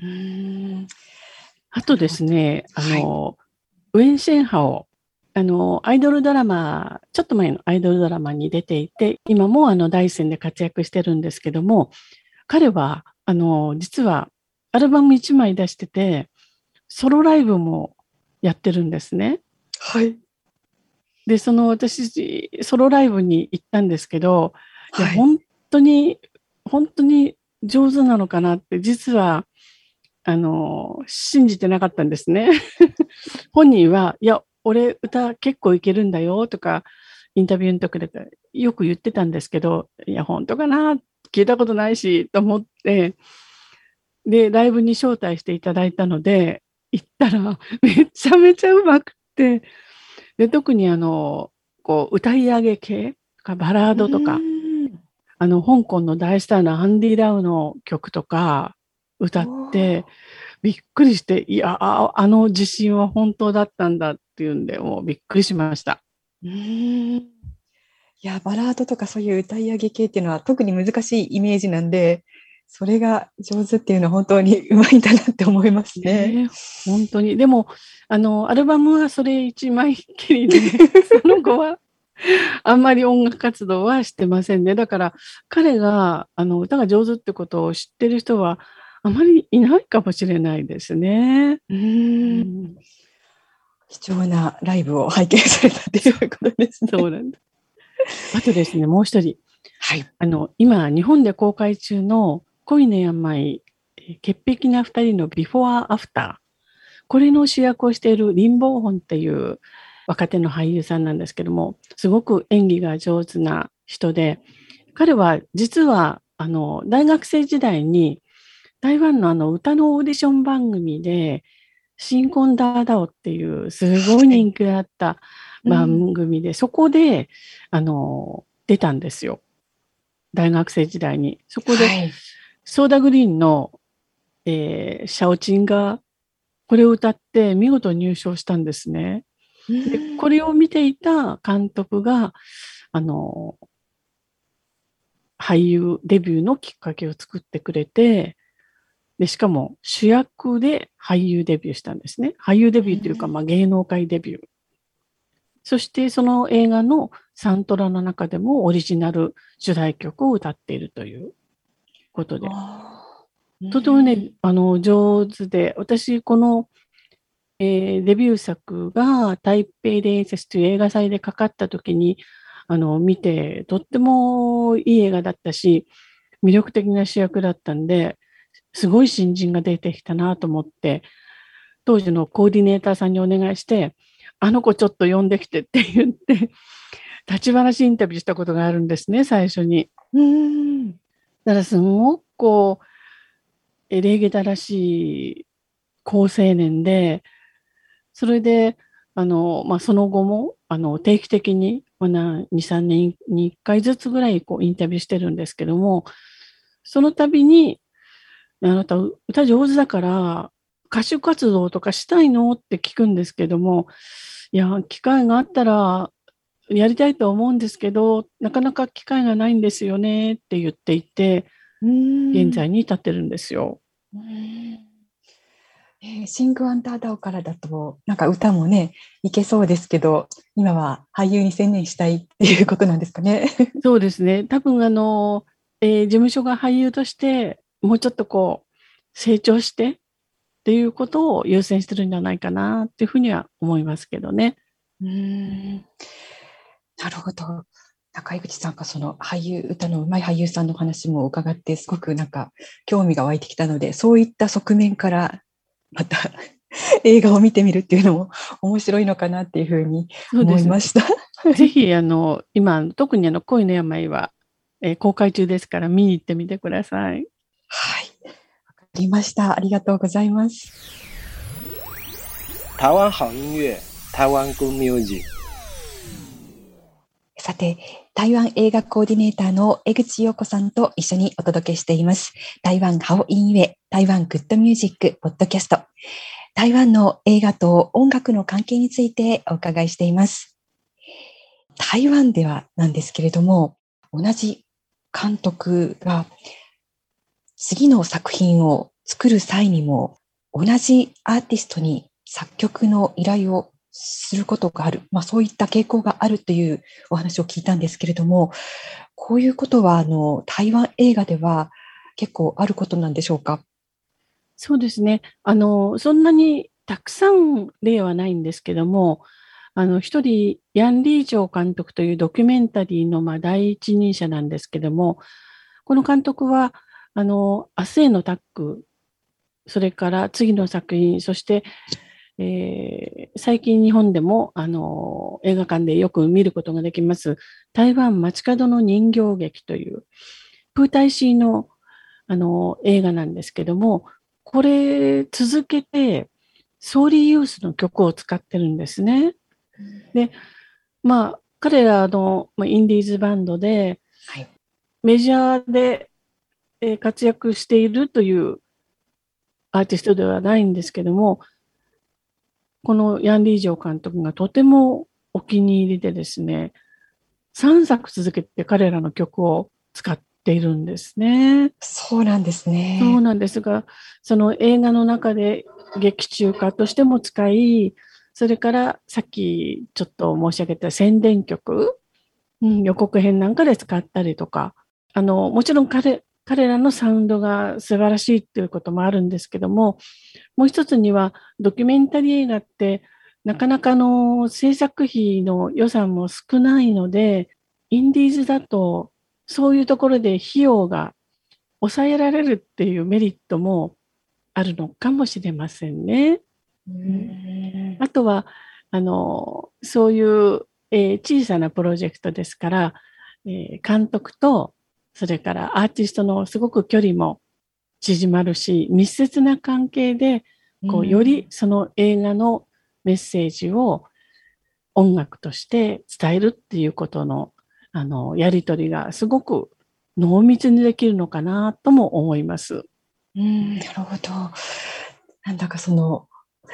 あとですね、ウェン・シェンハオ、アイドルドラマ、ちょっと前のアイドルドラマに出ていて、今も第一線で活躍してるんですけども、彼は実はアルバム1枚出してて、ソロライブもやってるんですね。で、私、ソロライブに行ったんですけど、いや本当に上手なのかなって、実は信じてなかったんですね。本人は、いや、俺歌結構いけるんだよとか、インタビューの時でよく言ってたんですけど、いや、本当かな、聞いたことないし、と思って、で、ライブに招待していただいたので、行ったら、めちゃめちゃうまくて、で、特に歌い上げ系とか、バラードとか、香港の大スターのアンディ・ラウの曲とか歌ってびっくりして、いや自信は本当だったんだっていうんで、もうびっくりしました。 いやバラードとかそういう歌い上げ系っていうのは特に難しいイメージなんで、それが上手っていうのは本当にうまいんだなって思いますね。 本当に。でもアルバムはそれ一枚きりでその後はあんまり音楽活動はしてませんね。だから彼が歌が上手ってことを知ってる人はあまりいないかもしれないですね。 貴重なライブを拝見されたということですね。 そうなんです。あとですね、もう一人、今日本で公開中の恋の病、潔癖な二人のビフォーアフター、これの主役をしているリン・ボーホンっていう若手の俳優さんなんですけども、すごく演技が上手な人で、彼は実は大学生時代に台湾の歌のオーディション番組で新婚ダーダオっていうすごい人気があった番組で、そこで出たんですよ、大学生時代に。そこで、ソーダグリーンの、シャオチンがこれを歌って見事入賞したんですね。でこれを見ていた監督が俳優デビューのきっかけを作ってくれて、でしかも主役で俳優デビューしたんですね。俳優デビューというか、芸能界デビュー。そしてその映画のサントラの中でもオリジナル主題曲を歌っているということで、とてもね上手で、私このデビュー作が台北伝説という映画祭でかかった時に見て、とってもいい映画だったし魅力的な主役だったんで、すごい新人が出てきたなと思って、当時のコーディネーターさんにお願いして、あの子ちょっと呼んできてって言って立ち話インタビューしたことがあるんですね、最初に。だからすごく礼儀正しい好青年で、それでその後も定期的に2、3年に1回ずつぐらいインタビューしてるんですけども、その度にあなた歌上手だから歌手活動とかしたいのって聞くんですけども、いや、機会があったらやりたいと思うんですけど、なかなか機会がないんですよねって言っていて、現在に至ってるんですよ。 シング・アンダーダオからだと、なんか歌もね、いけそうですけど、今は俳優に専念したいっていうことなんですかね。 そうですね。多分事務所が俳優としてもうちょっとこう成長してっていうことを優先してるんじゃないかなっていうふうには思いますけどね。 なるほど。井口さんがその歌の上手い俳優さんの話も伺って、すごくなんか興味が湧いてきたので、そういった側面からまた映画を見てみるっていうのも面白いのかなっていうふうに思いました。 ぜひ今特に恋の病は、公開中ですから見に行ってみてください。 はい、わかりました。ありがとうございます。 台湾好音乐、台湾 Good Music。 さて、台湾映画コーディネーターの江口洋子さんと一緒にお届けしています。台湾好音乐、台湾グッドミュージックポッドキャスト。台湾の映画と音楽の関係についてお伺いしています。台湾ではなんですけれども、同じ監督が次の作品を作る際にも同じアーティストに作曲の依頼をすることがある、そういった傾向があるというお話を聞いたんですけれども、こういうことは台湾映画では結構あることなんでしょうか？ そうですね。そんなにたくさん例はないんですけども、一人ヤン・リーチョウ監督というドキュメンタリーの第一人者なんですけども、この監督は明日へのタッグ、それから次の作品、そして、最近日本でも映画館でよく見ることができます台湾街角の人形劇というプータイシーの映画なんですけども、これ続けてソーリーユースの曲を使ってるんですね。で、彼らのインディーズバンドで、メジャーで活躍しているというアーティストではないんですけども、このヤン・リージョー監督がとてもお気に入りでですね、3作続けて彼らの曲を使っているんですね。 そうなんですね。 そうなんですが、その映画の中で劇中歌としても使い、それからさっきちょっと申し上げた宣伝曲、予告編なんかで使ったりとか、もちろん彼らのサウンドが素晴らしいっていうこともあるんですけども、もう一つにはドキュメンタリー映画ってなかなか制作費の予算も少ないので、インディーズだとそういうところで費用が抑えられるっていうメリットもあるのかもしれませんね。あとはそういう、小さなプロジェクトですから、監督とそれからアーティストのすごく距離も縮まるし、密接な関係でよりその映画のメッセージを音楽として伝えるっていうことのやり取りがすごく濃密にできるのかなとも思います。 なるほど。なんだかその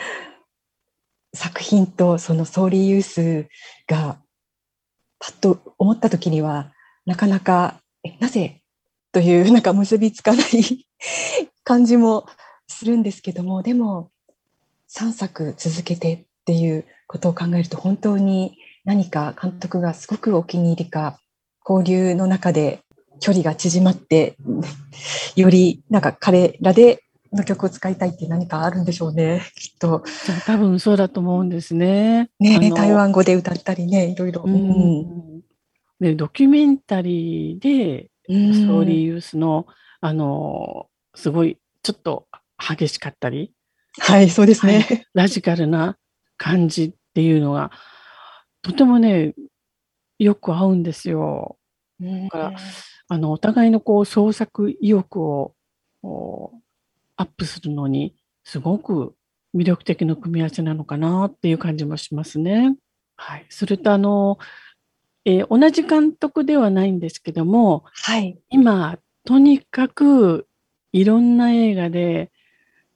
作品とそのソーリーユースがパッと思った時にはなかなかなぜというなんか結びつかない感じもするんですけども、でも3作続けてっていうことを考えると本当に何か監督がすごくお気に入りか交流の中で距離が縮まってよりなんか彼らでの曲を使いたいって何かあるんでしょうね、きっと。 多分そうだと思うんですね。 台湾語で歌ったりね、いろいろ。 ドキュメンタリーでストーリーユースのすごいちょっと激しかったり、 はい、そうですね、 ラジカルな感じっていうのがとてもねよく合うんですよ。だからお互いの創作意欲をアップするのにすごく魅力的な組み合わせなのかなっていう感じもしますね。はい、それと同じ監督ではないんですけども、今とにかくいろんな映画で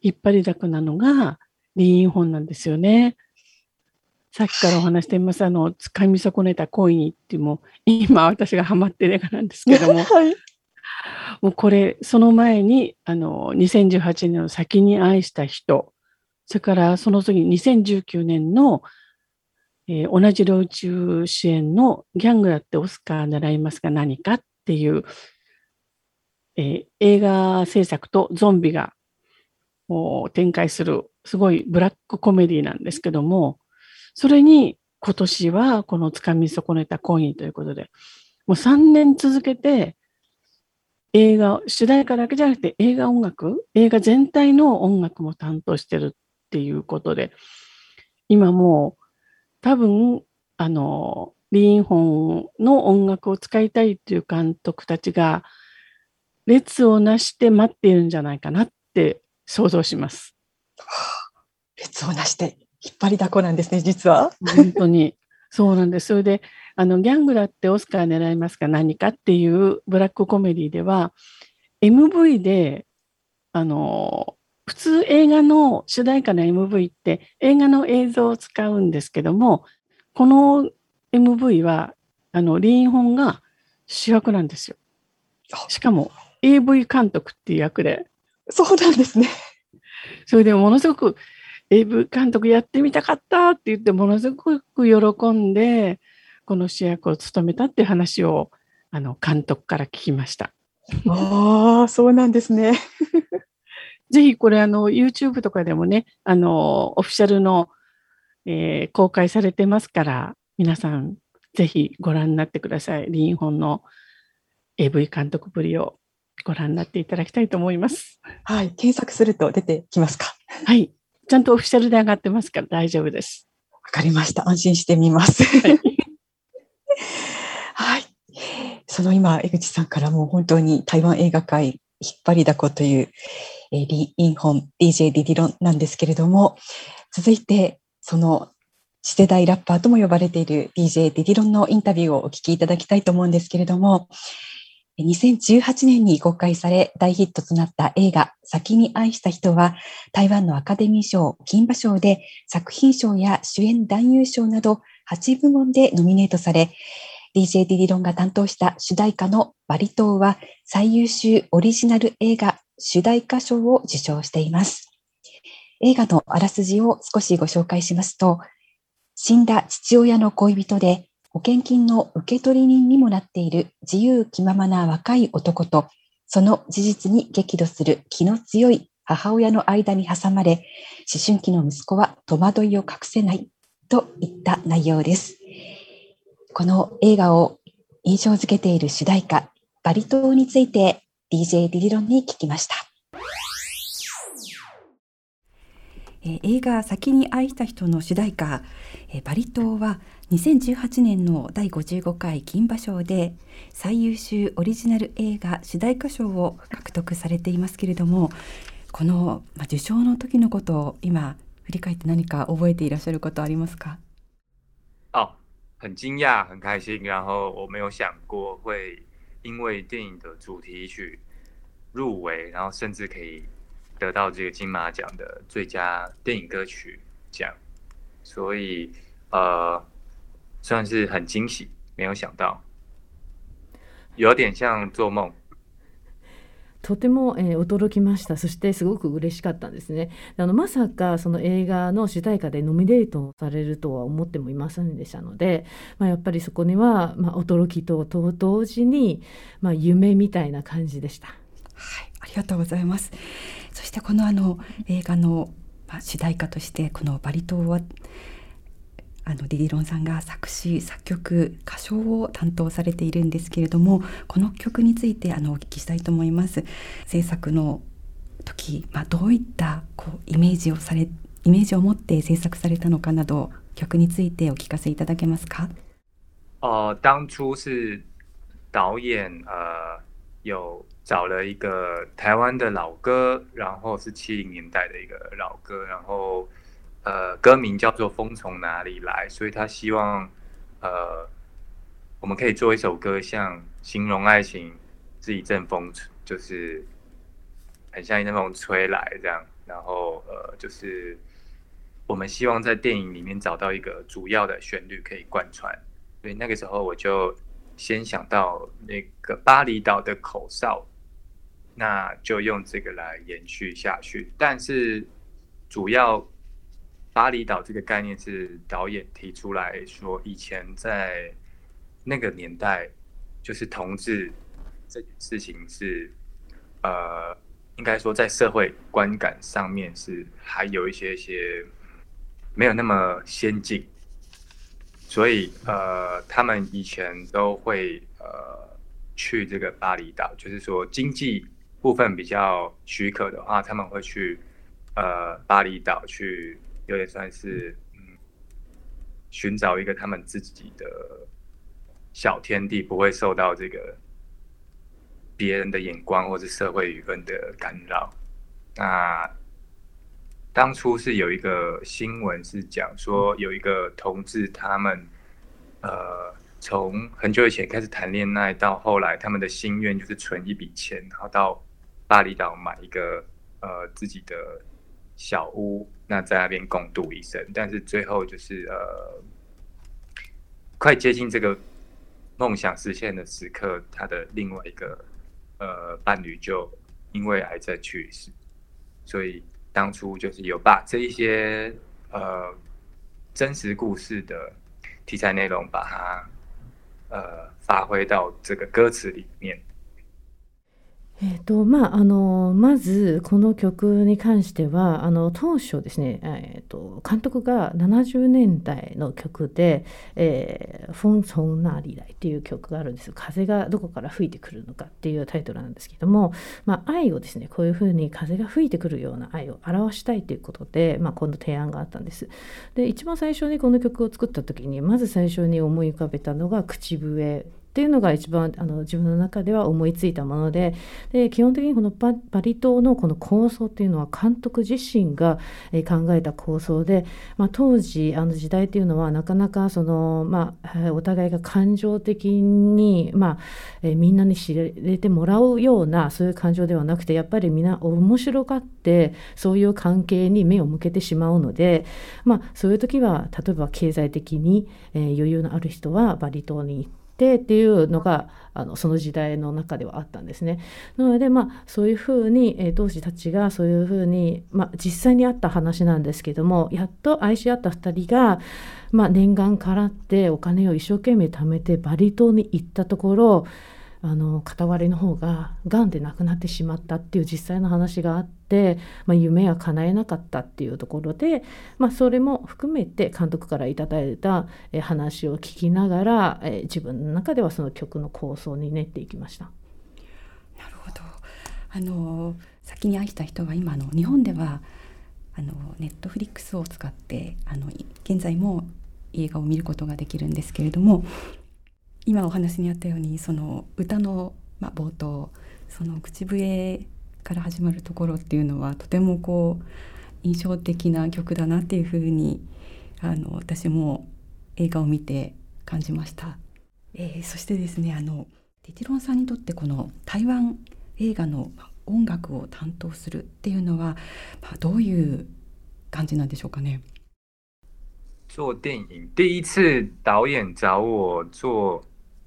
引っ張りだこなのがリーン本なんですよね。さっきからお話しています、掴み損ねた恋っていうも今私がハマってる映画なんですけども、 はい。 もうこれ、その前に、2018年の先に愛した人、それからその次2019年の、同じ老中主演のギャングだってオスカー狙いますが何かっていう、映画制作とゾンビが展開するすごいブラックコメディなんですけども、それに今年はこの掴み損ねた恋ということで、もう3年続けて映画、主題歌だけじゃなくて映画全体の音楽も担当してるっていうことで、今もう多分、リーンホンの音楽を使いたいっていう監督たちが列をなして待っているんじゃないかなって想像します。 列をなして引っ張りだこなんですね、実は。 本当にそうなんです。それでギャングだってオスカー狙いますか何かっていうブラックコメディでは MV で普通映画の主題歌の MV って映画の映像を使うんですけども、この MV はリーンホンが主役なんですよ。しかも AV 監督っていう役で。 そうなんですね。 それでものすごくAV 監督やってみたかったって言ってものすごく喜んでこの主役を務めたっていう話を監督から聞きました。 ああ、そうなんですね。 ぜひこれYouTube とかでもねオフィシャルの、公開されてますから皆さんぜひご覧になってください。リーンホンの AV 監督ぶりをご覧になっていただきたいと思います。 はい、検索すると出てきますか？ はい、ちゃんとオフィシャルで上がってますから大丈夫です。 わかりました。安心してみます。はい。はい。その今、江口さんからも本当に台湾映画界引っ張りだこという、リーンホン DJ ディディロンなんですけれども、続いてその次世代ラッパーとも呼ばれている DJ ディディロンのインタビューをお聞きいただきたいと思うんですけれども、2018年に公開され大ヒットとなった映画先に愛した人は台湾のアカデミー賞金馬賞で作品賞や主演男優賞など8部門でノミネートされ、DJ ディディロンが担当した主題歌のバリ島は最優秀オリジナル映画主題歌賞を受賞しています。映画のあらすじを少しご紹介しますと、死んだ父親の恋人で保険金の受取人にもなっている自由気ままな若い男と、その事実に激怒する気の強い母親の間に挟まれ、思春期の息子は戸惑いを隠せないといった内容です。この映画を印象づけている主題歌、バリ島について DJ ディディロンに聞きました。映画先に愛した人の主題歌、バリ島は2018年の第55回金馬賞で最優秀オリジナル映画主題歌賞を獲得されていますけれども、この受賞の時のことを今振り返って何か覚えていらっしゃることありますか？ 很惊讶，很开心，然后我没有想过会因为电影的主题曲入围，然后甚至可以得到这个金马奖的最佳电影歌曲奖，所以算是很惊喜，没有想到，有点像做梦。 とても、驚きました。そしてすごく嬉しかったんですね。まさかその映画の主題歌でノミネートされるとは思ってもいませんでしたので、やっぱりそこには、驚きと同時に、夢みたいな感じでした。はい、 ありがとうございます。そしてこの映画の、主題歌としてこのバリ島はディディロンさんが作詞作曲歌唱を担当されているんですけれども、この曲についてお聞きしたいと思います。制作の時、どういったイメージを持って制作されたのかなど、曲についてお聞かせいただけますか？ 当初是导演有找了一个台湾的老歌，然后是70年代的一个老歌，然后歌名叫做《风从哪里来》，所以他希望我们可以做一首歌，像形容爱情是一阵风，就是很像一阵风吹来这样。 然后就是我们希望在电影里面找到一个主要的旋律可以贯穿，所以那个时候我就先想到那个巴厘岛的口哨，那就用这个来延续下去。但是主要巴厘岛这个概念是导演提出来说，以前在那个年代，就是同志这件事情是应该说在社会观感上面是还有一些没有那么先进，所以他们以前都会去这个巴厘岛，就是说经济部分比较许可的话，他们会去巴厘岛去，有点算是寻找一个他们自己的小天地，不会受到这个别人的眼光或是社会舆论的干扰。那当初是有一个新闻是讲说，有一个同志他们从很久以前开始谈恋爱，到后来他们的心愿就是存一笔钱，然后到巴厘岛买一个自己的小屋，那在那边共度一生。但是最后就是快接近这个梦想实现的时刻，他的另外一个伴侣就因为癌症去世，所以当初就是有把这一些真实故事的题材内容把它发挥到这个歌词里面。 まずこの曲に関しては当初ですね、監督が70年代の曲で「フォンソンナーリライ」っていう曲があるんです。風がどこから吹いてくるのかっていうタイトルなんですけども、愛をですね、こういうふうに風が吹いてくるような愛を表したいということで、この提案があったんです。で、一番最初にこの曲を作った時にまず最初に思い浮かべたのが口笛っていうのが一番自分の中では思いついたもので、基本的にこのバリ島のこの構想っていうのは監督自身が考えた構想で、当時時代っていうのはなかなかお互いが感情的に、みんなに知れてもらうようなそういう感情ではなくて、やっぱりみんな面白がってそういう関係に目を向けてしまうので、そういう時は例えば経済的に余裕のある人はバリ島に行ってっていうのがその時代の中ではあったんですね。なのでそういうふうに同志たちがそういうふうに、実際にあった話なんですけども、やっと愛し合った2人が、念願からってお金を一生懸命貯めてバリ島に行ったところ、片割れの方ががんで亡くなってしまったっていう実際の話があって、夢は叶えなかったっていうところで、それも含めて監督からいただいた話を聞きながら、自分の中ではその曲の構想に練っていきました。 なるほど。先に愛した人は今日本ではネットフリックスを使って現在も映画を見ることができるんですけれども、今お話にあったようにその歌の、冒頭、その口笛から始まるところっていうのはとても印象的な曲だなっていうふうに私も映画を見て感じました。そしてですね、テティロンさんにとってこの台湾映画の音楽を担当するっていうのは、どういう感じなんでしょうかね。 做电影第一次导演找我做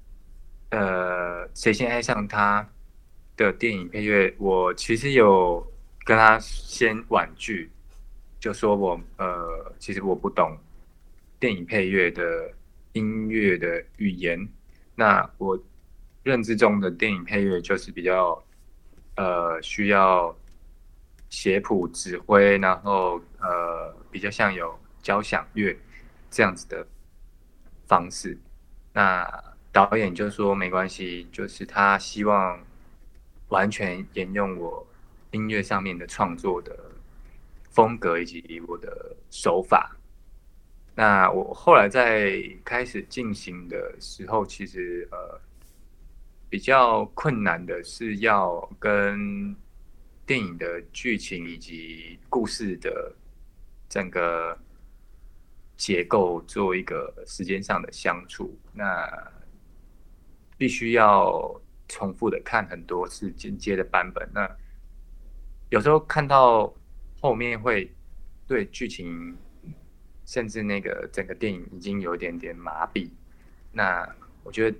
谁先爱上他的电影配乐，我其实有跟他先婉拒，就说我其实我不懂电影配乐的音乐的语言，那我认知中的电影配乐就是比较需要写谱指挥，然后比较像有交响乐这样子的方式。那导演就说没关系，就是他希望完全沿用我音乐上面的创作的风格以及我的手法。那我后来在开始进行的时候，其实比较困难的是要跟电影的剧情以及故事的整个结构做一个时间上的相处，那必须要重复的看很多次剪接的版本。那有时候看到后面会对剧情甚至那个整个电影已经有一点点麻痹。那我觉得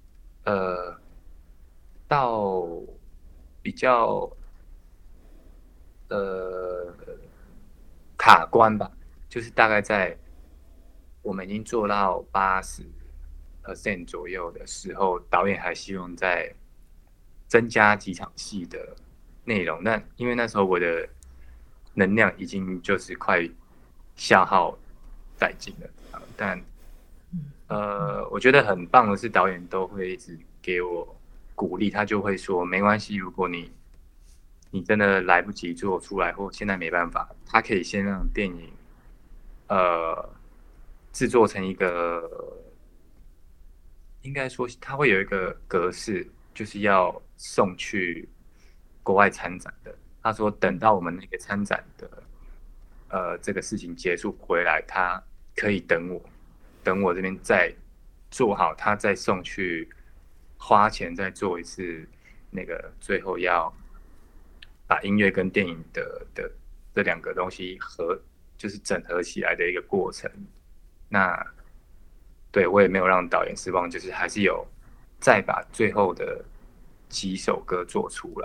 到比较卡关吧，就是大概在我们已经做到80% 左右的时候，导演还希望再增加几场戏的内容。那因为那时候我的能量已经就是快消耗殆尽了，但我觉得很棒的是导演都会一直给我鼓励，他就会说没关系，如果你真的来不及做出来，或现在没办法，他可以先让电影制作成一个，应该说他会有一个格式，就是要送去国外参展的。他说等到我们那个参展的这个事情结束回来，他可以等我这边再做好，他再送去花钱再做一次那个最后要把音乐跟电影的这两个东西就是整合起来的一个过程。那对我也没有让导演失望，就是还是有再把最後的几首歌做出来。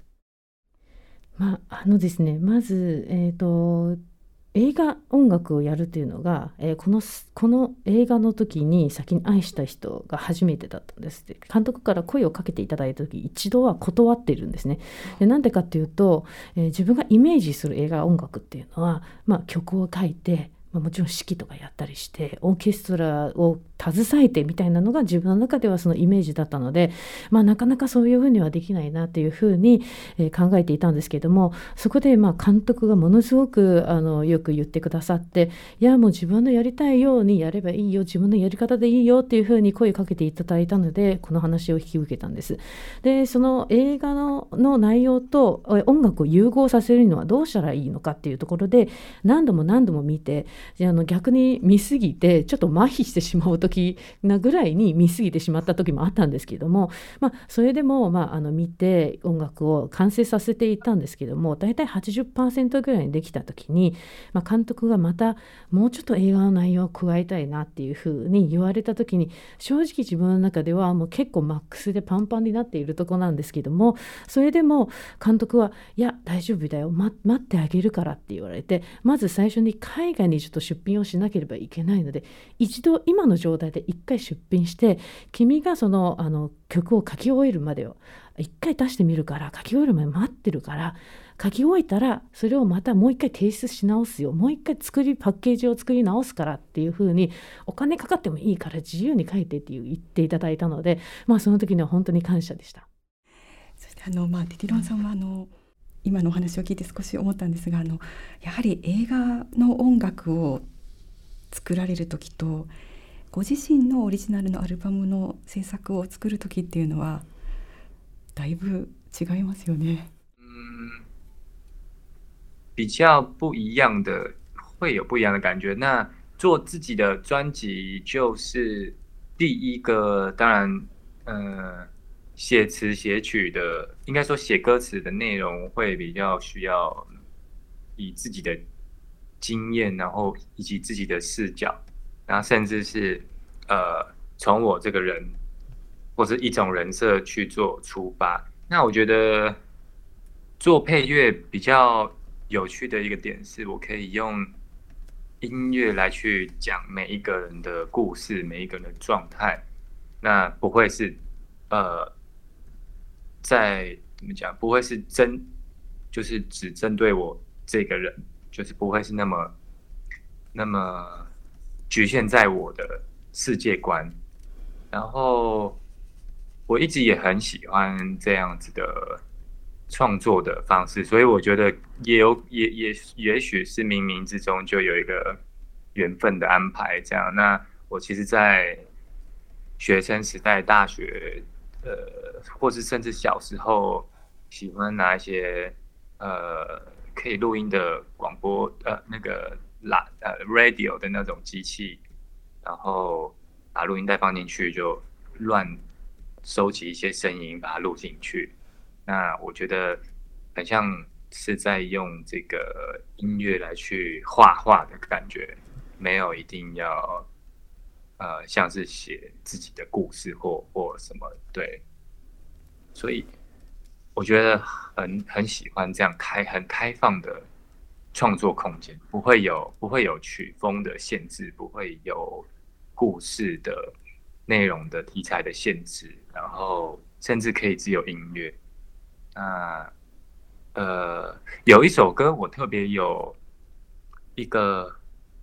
ですね、まず、映画音楽をやるというのが、この映画の時に先に愛した人が初めてだったんです。監督から声をかけていただいた時一度は断っているんですね。でなんでかっていうと、自分がイメージする映画音楽っていうのは、曲を書いてもちろん指揮とかやったりしてオーケストラを携えてみたいなのが自分の中ではそのイメージだったので、なかなかそういうふうにはできないなっていうふうに考えていたんですけども、そこで監督がものすごくよく言ってくださって、いやもう自分のやりたいようにやればいいよ、自分のやり方でいいよっていうふうに声かけていただいたので、この話を引き受けたんです。でその映画の内容と音楽を融合させるのはどうしたらいいのかっていうところで何度も見て、逆に見すぎてちょっと麻痺してしまう時なぐらいに見すぎてしまった時もあったんですけども、それでも、見て音楽を完成させていたんですけども、だいたい 80% ぐらいにできた時に、監督がまたもうちょっと映画の内容を加えたいなっていうふうに言われた時に、正直自分の中ではもう結構マックスでパンパンになっているとこなんですけども、それでも監督はいや大丈夫だよ、待ってあげるからって言われて、まず最初に海外にちょっと出品をしなければいけないので、一度今の状態で一回出品して、君がその曲を書き終えるまでを一回出してみるから、書き終えるまで待ってるから、書き終えたらそれをまたもう一回提出し直すよ、もう一回パッケージを作り直すからっていう風に、お金かかってもいいから自由に書いてって言っていただいたので、その時には本当に感謝でした。 そしてテティロンさんは今のお話を聞いて少し思ったんですが、やはり映画の音楽を作られる時とご自身のオリジナルのアルバムの制作を作る時っていうのはだいぶ違いますよね。 比较不一样的，会有不一样的感觉。那做自己的专辑就是第一个，当然，写词写曲的，应该说写歌词的内容会比较需要以自己的经验，然后以及自己的视角，然后甚至是从我这个人或是一种人设去做出发。那我觉得做配乐比较有趣的一个点是，我可以用音乐来去讲每一个人的故事，每一个人的状态。那不会是在怎么讲？不会是就是只针对我这个人，就是不会是那么局限在我的世界观。然后我一直也很喜欢这样子的创作的方式，所以我觉得也许是冥冥之中就有一个缘分的安排这样。那我其实在学生时代、大学或是甚至小时候喜欢拿一些可以录音的广播那个radio 的那种机器，然后把录音带放进去，就乱收集一些声音把它录进去。那我觉得很像是在用这个音乐来去画画的感觉，没有一定要像是写自己的故事或什么，对，所以我觉得很喜欢这样很开放的创作空间，不会有曲风的限制，不会有故事的内容的题材的限制，然后甚至可以只有音乐。那有一首歌我特别有一个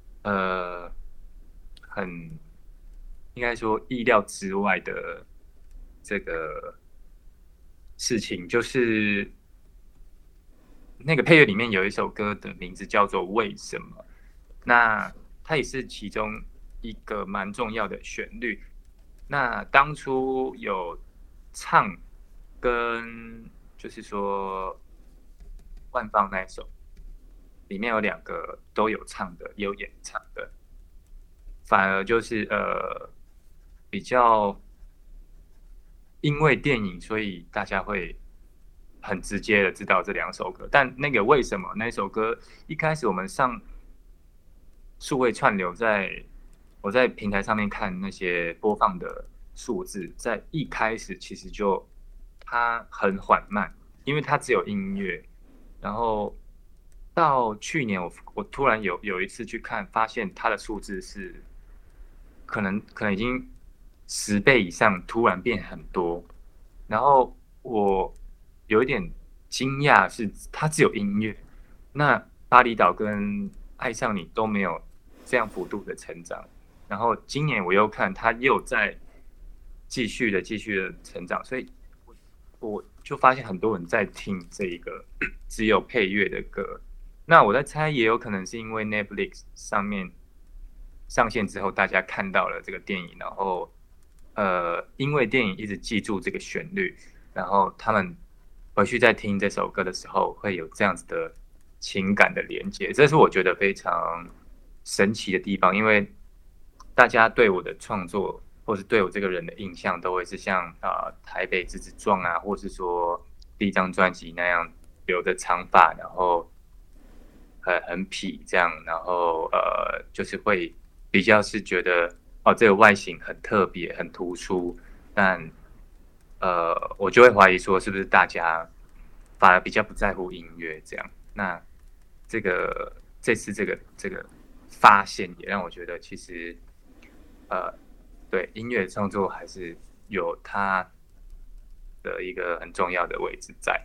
很应该说意料之外的这个事情，就是那个配乐里面有一首歌的名字叫做《为什么》，那它也是其中一个蛮重要的旋律。那当初有唱跟就是说万芳那一首里面有2个都有唱的，也有演唱的，反而就是比较因为电影，所以大家会很直接的知道这2首歌。但那个为什么那首歌一开始我们上数位串流，我在平台上面看那些播放的数字，在一开始其实就它很缓慢，因为它只有音乐。然后到去年我突然有一次去看，发现它的数字是可能已经10倍以上，突然变很多。然后我有一点惊讶，是它只有音乐，那巴厘岛跟爱上你都没有这样幅度的成长。然后今年我又看它又在继续的成长，所以我就发现很多人在听这一个只有配乐的歌。那我在猜，也有可能是因为 Netflix 上面上线之后，大家看到了这个电影，然后因为电影一直记住这个旋律，然后他们回去在听这首歌的时候，会有这样子的情感的连接，这是我觉得非常神奇的地方。因为大家对我的创作或是对我这个人的印象，都会是像台北之子壮啊，或是说第1张专辑那样留着长发，然后很痞这样，然后就是会比较是觉得这个外形很特别很突出，但我就会怀疑说是不是大家反而比较不在乎音乐这样。那这次这个发现也让我觉得其实对音乐创作还是有它的一个很重要的位置在。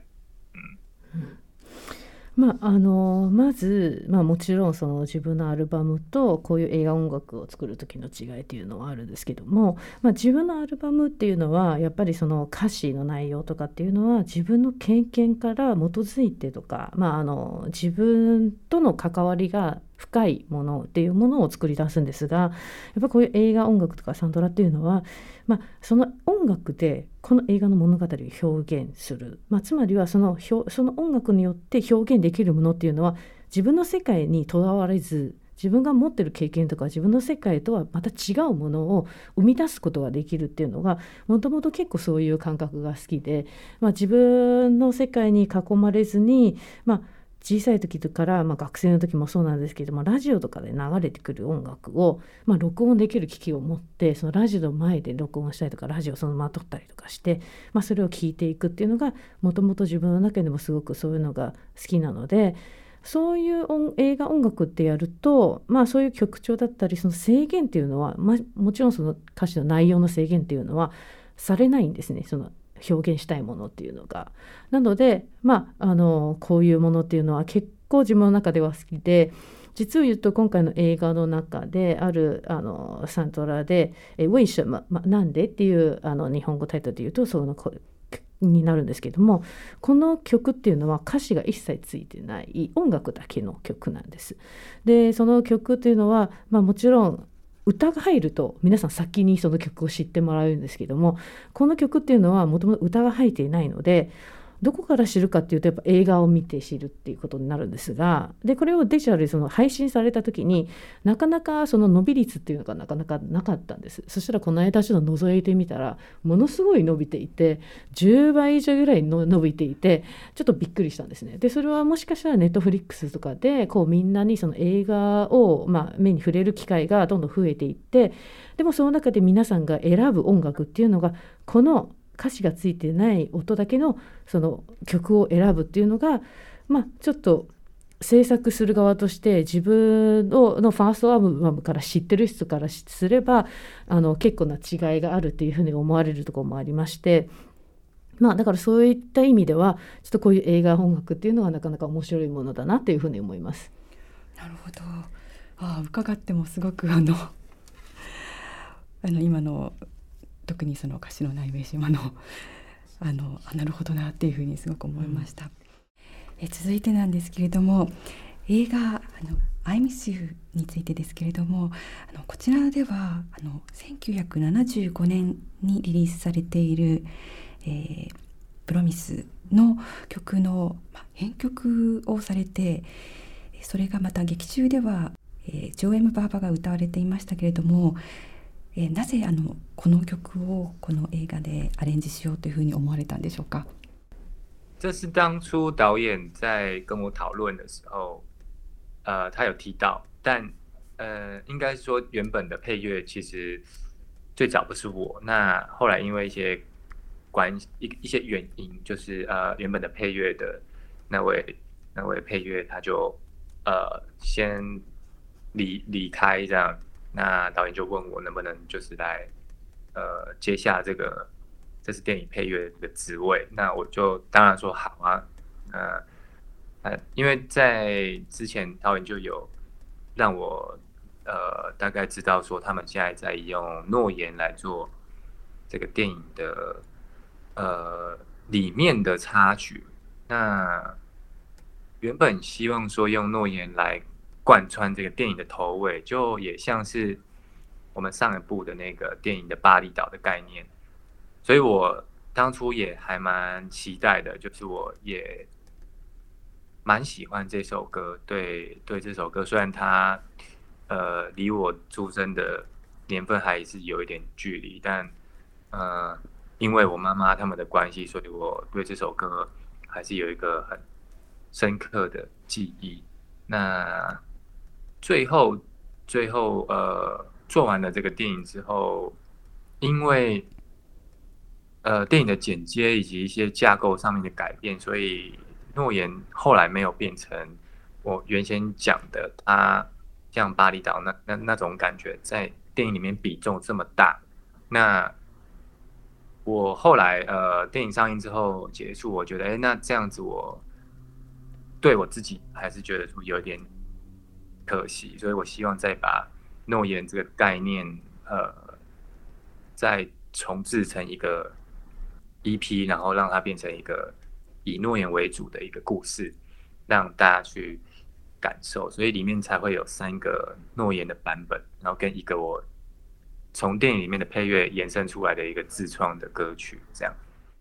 まず、もちろんその自分のアルバムとこういう映画音楽を作る時の違いっていうのはあるんですけども、自分のアルバムっていうのはやっぱりその歌詞の内容とかっていうのは自分の経験から基づいてとか、自分との関わりが深いものっていうものを作り出すんですが、やっぱこういう映画音楽とかサントラっていうのは、その音楽でこの映画の物語を表現する、つまりはその音楽によって表現できるものっていうのは自分の世界にとらわれず、自分が持ってる経験とか自分の世界とはまた違うものを生み出すことができるっていうのがもともと結構そういう感覚が好きで、自分の世界に囲まれずに、小さい時から、学生の時もそうなんですけども、ラジオとかで流れてくる音楽を、録音できる機器を持って、そのラジオの前で録音したりとか、ラジオをそのまま撮ったりとかして、それを聞いていくっていうのがもともと自分の中でもすごくそういうのが好きなので、そういう映画音楽ってやると、そういう曲調だったりその制限っていうのは、もちろんその歌詞の内容の制限っていうのはされないんですね。その表現したいものっていうのが。なので、こういうものっていうのは結構自分の中では好きで、実を言うと今回の映画の中であるサントラで「為什麼」なんでっていう日本語タイトルで言うとそのになるんですけども、この曲っていうのは歌詞が一切ついてない音楽だけの曲なんです。でその曲っていうのは、もちろん歌が入ると皆さん先にその曲を知ってもらうんですけども、この曲っていうのはもともと歌が入っていないので、 どこから知るかっていうとやっぱ映画を見て知るっていうことになるんですが、でこれをデジタルでその配信された時になかなかその伸び率っていうのがなかなかなかったんです。そしたらこの間ちょっと覗いてみたらものすごい伸びていて、10倍以上ぐらいの伸びていて、ちょっとびっくりしたんですね。でそれはもしかしたらネットフリックスとかでこうみんなにその映画を、目に触れる機会がどんどん増えていって、でもその中で皆さんが選ぶ音楽っていうのがこの歌詞がついてない音だけのその曲を選ぶっていうのが、ちょっと制作する側として自分のファーストアルバムから知ってる人からすれば結構な違いがあるっていうふうに思われるところもありまして、だからそういった意味ではちょっとこういう映画音楽っていうのはなかなか面白いものだなっていうふうに思います。 なるほど。伺ってもすごく今の特にその歌詞のない名詞なるほどなっていうふうにすごく思いました。続いてなんですけれども、映画I Miss You についてですけれども、こちらでは1975年にリリースされている、プロミスの曲の編曲をされて、それがまた劇中では、ジョー・エム・バーバが歌われていましたけれども、なぜこの曲をこの映画でアレンジしようというふうに思われたんでしょうか。 这是当初导演在跟我讨论的时候，他有提到，但应该说原本的配乐其实最早不是我，那后来因为一些一些原因，就是原本的配乐的那位配乐他就先离开这样。那导演就问我能不能就是来接下这是电影配乐的职位，那我就当然说好啊。因为在之前导演就有让我大概知道说他们现在在用诺言来做这个电影的里面的插曲，那原本希望说用诺言来贯穿这个电影的头尾，就也像是我们上一部的那个电影的巴厘岛的概念，所以我当初也还蛮期待的，就是我也蛮喜欢这首歌，对这首歌，虽然它离我出生的年份还是有一点距离，但因为我妈妈他们的关系，所以我对这首歌还是有一个很深刻的记忆。那最后做完了这个电影之后，因为电影的剪接以及一些架构上面的改变，所以诺言后来没有变成我原先讲的它像巴厘岛那种感觉，在电影里面比重这么大。那我后来电影上映之后结束，我觉得那这样子我对我自己还是觉得说有点可惜，所以我希望再把诺言这个概念再重制成一个 EP， 然后让它变成一个以诺言为主的一个故事，让大家去感受，所以里面才会有3个诺言的版本，然后跟一个我从电影里面的配乐延伸出来的一个自创的歌曲，这样。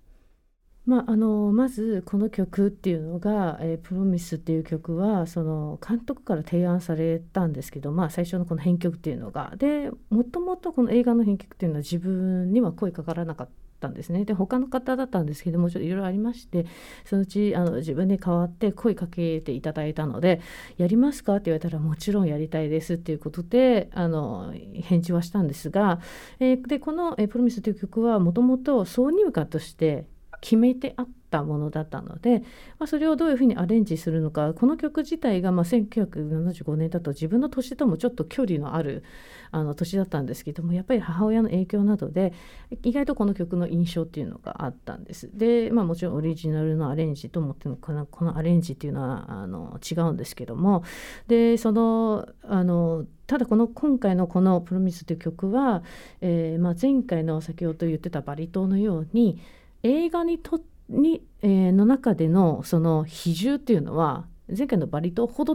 まずこの曲っていうのが、プロミスっていう曲はその監督から提案されたんですけど、最初のこの編曲っていうのがで、もともとこの映画の編曲っていうのは自分には声かからなかったんですね。で他の方だったんですけども、ちょっといろいろありまして、そのうち自分で代わって声かけていただいたので、やりますかって言われたらもちろんやりたいですっていうことで返事はしたんですが、でこの、プロミスという曲はもともと挿入歌として決めてあったものだったので、それをどういうふうにアレンジするのか、この曲自体が1975年だと自分の年ともちょっと距離のある年だったんですけども、やっぱり母親の影響などで意外とこの曲の印象っていうのがあったんです。で、もちろんオリジナルのアレンジと思ってもこのアレンジっていうのは違うんですけども、でただ今回のこのプロミスという曲は、前回の先ほど言ってたバリ島のように映画の中でのその比重っていうのは前回のバリ島ほどでは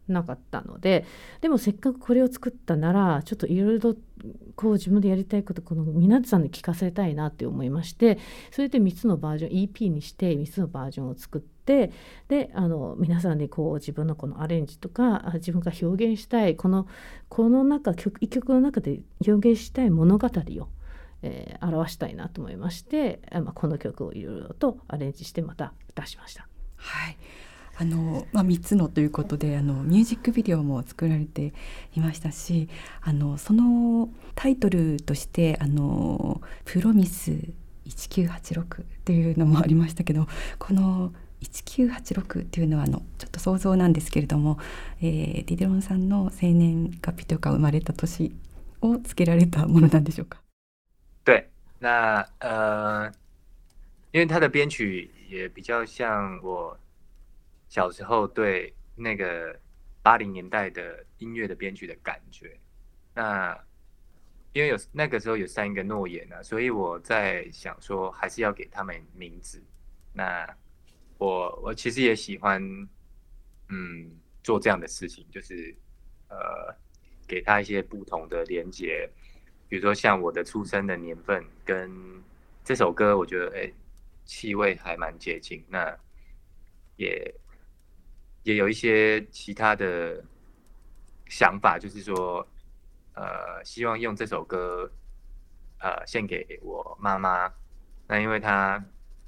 なかったので、でもせっかくこれを作ったならちょっといろいろとこう自分でやりたいことこの皆さんに聞かせたいなって思いまして、それで3つのバージョン EP にして3つのバージョンを作って、で皆さんにこう自分のこのアレンジとか自分が表現したいこの中一曲の中で表現したい物語を表したいなと思いまして、この曲をいろいろとアレンジしてまた出しました。 はい、3つのということでミュージックビデオも作られていましたし、そのタイトルとしてプロミス1986っていうのもありましたけど、この1986っていうのはちょっと想像なんですけれども、ディデロンさんの生年月日とか生まれた年をつけられたものなんでしょうか？ 对，那因为它的编曲也比较像我小时候对那个80年代的音乐的编曲的感觉。那因为那个时候有3个诺言啊，所以我在想说还是要给他们名字。那我其实也喜欢做这样的事情，就是给他一些不同的连结。比如说像我的出生的年份跟这首歌，我觉得气味还蛮接近。那也有一些其他的想法，就是说希望用这首歌献给我妈妈。那因为她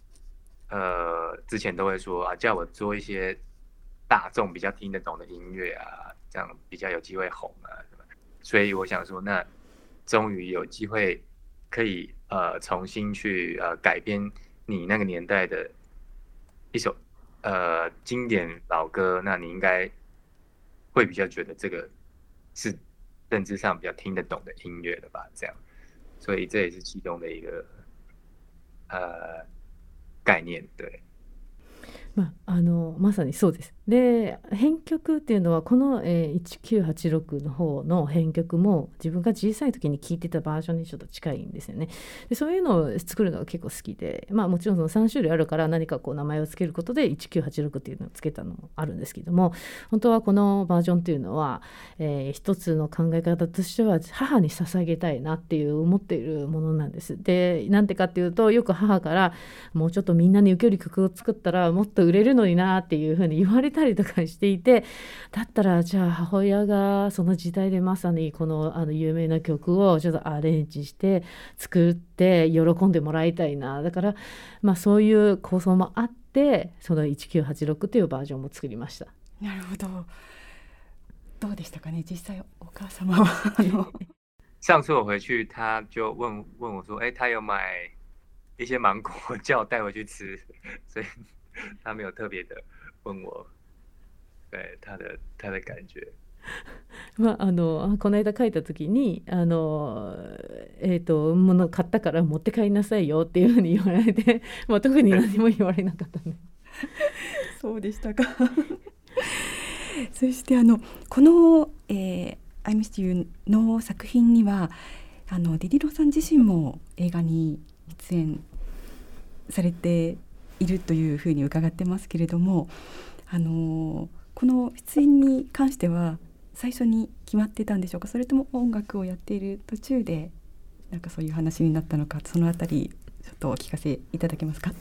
之前都会说叫我做一些大众比较听得懂的音乐啊，这样比较有机会红啊，所以我想说那终于有机会可以重新去改编你那个年代的一首经典老歌，那你应该会比较觉得这个是认知上比较听得懂的音乐了吧，这样，所以这也是其中的一个概念。对。 まさにそうです。で編曲っていうのはこの、1986の方の編曲も自分が小さい時に聴いてたバージョンにちょっと近いんですよね。でそういうのを作るのが結構好きで、もちろんその3種類あるから何かこう名前をつけることで1986っていうのをつけたのもあるんですけども、本当はこのバージョンっていうのは、一つの考え方としては母に捧げたいなっていう思っているものなんです。でなんてかっていうと、よく母からもうちょっとみんなに受ける曲を作ったらもっと売れるのになっていうふうに言われたりとかしていて、だったらじゃあ母親がその時代でまさにこの有名な曲をちょっとアレンジして作って喜んでもらいたいな。だからそういう構想もあってその1986というバージョンも作りました。 なるほど。どうでしたかね、実際お母様は上次我回去他就问我说他有買一些芒果叫我带回去吃，所以他没有特别的问我对他的感觉。 この間書いた時に物買ったから持って帰りなさいよっていうふうに言われて、特に何も言われなかったね。 そうでしたか。そしてこの、I Miss You の作品にはディディロさん自身も映画に出演されているというふうに伺ってますけれども、この出演に関しては最初に決まってたんでしょうか？それとも音楽をやっている途中でなんかそういう話になったのか、そのあたりちょっとお聞かせいただけますか？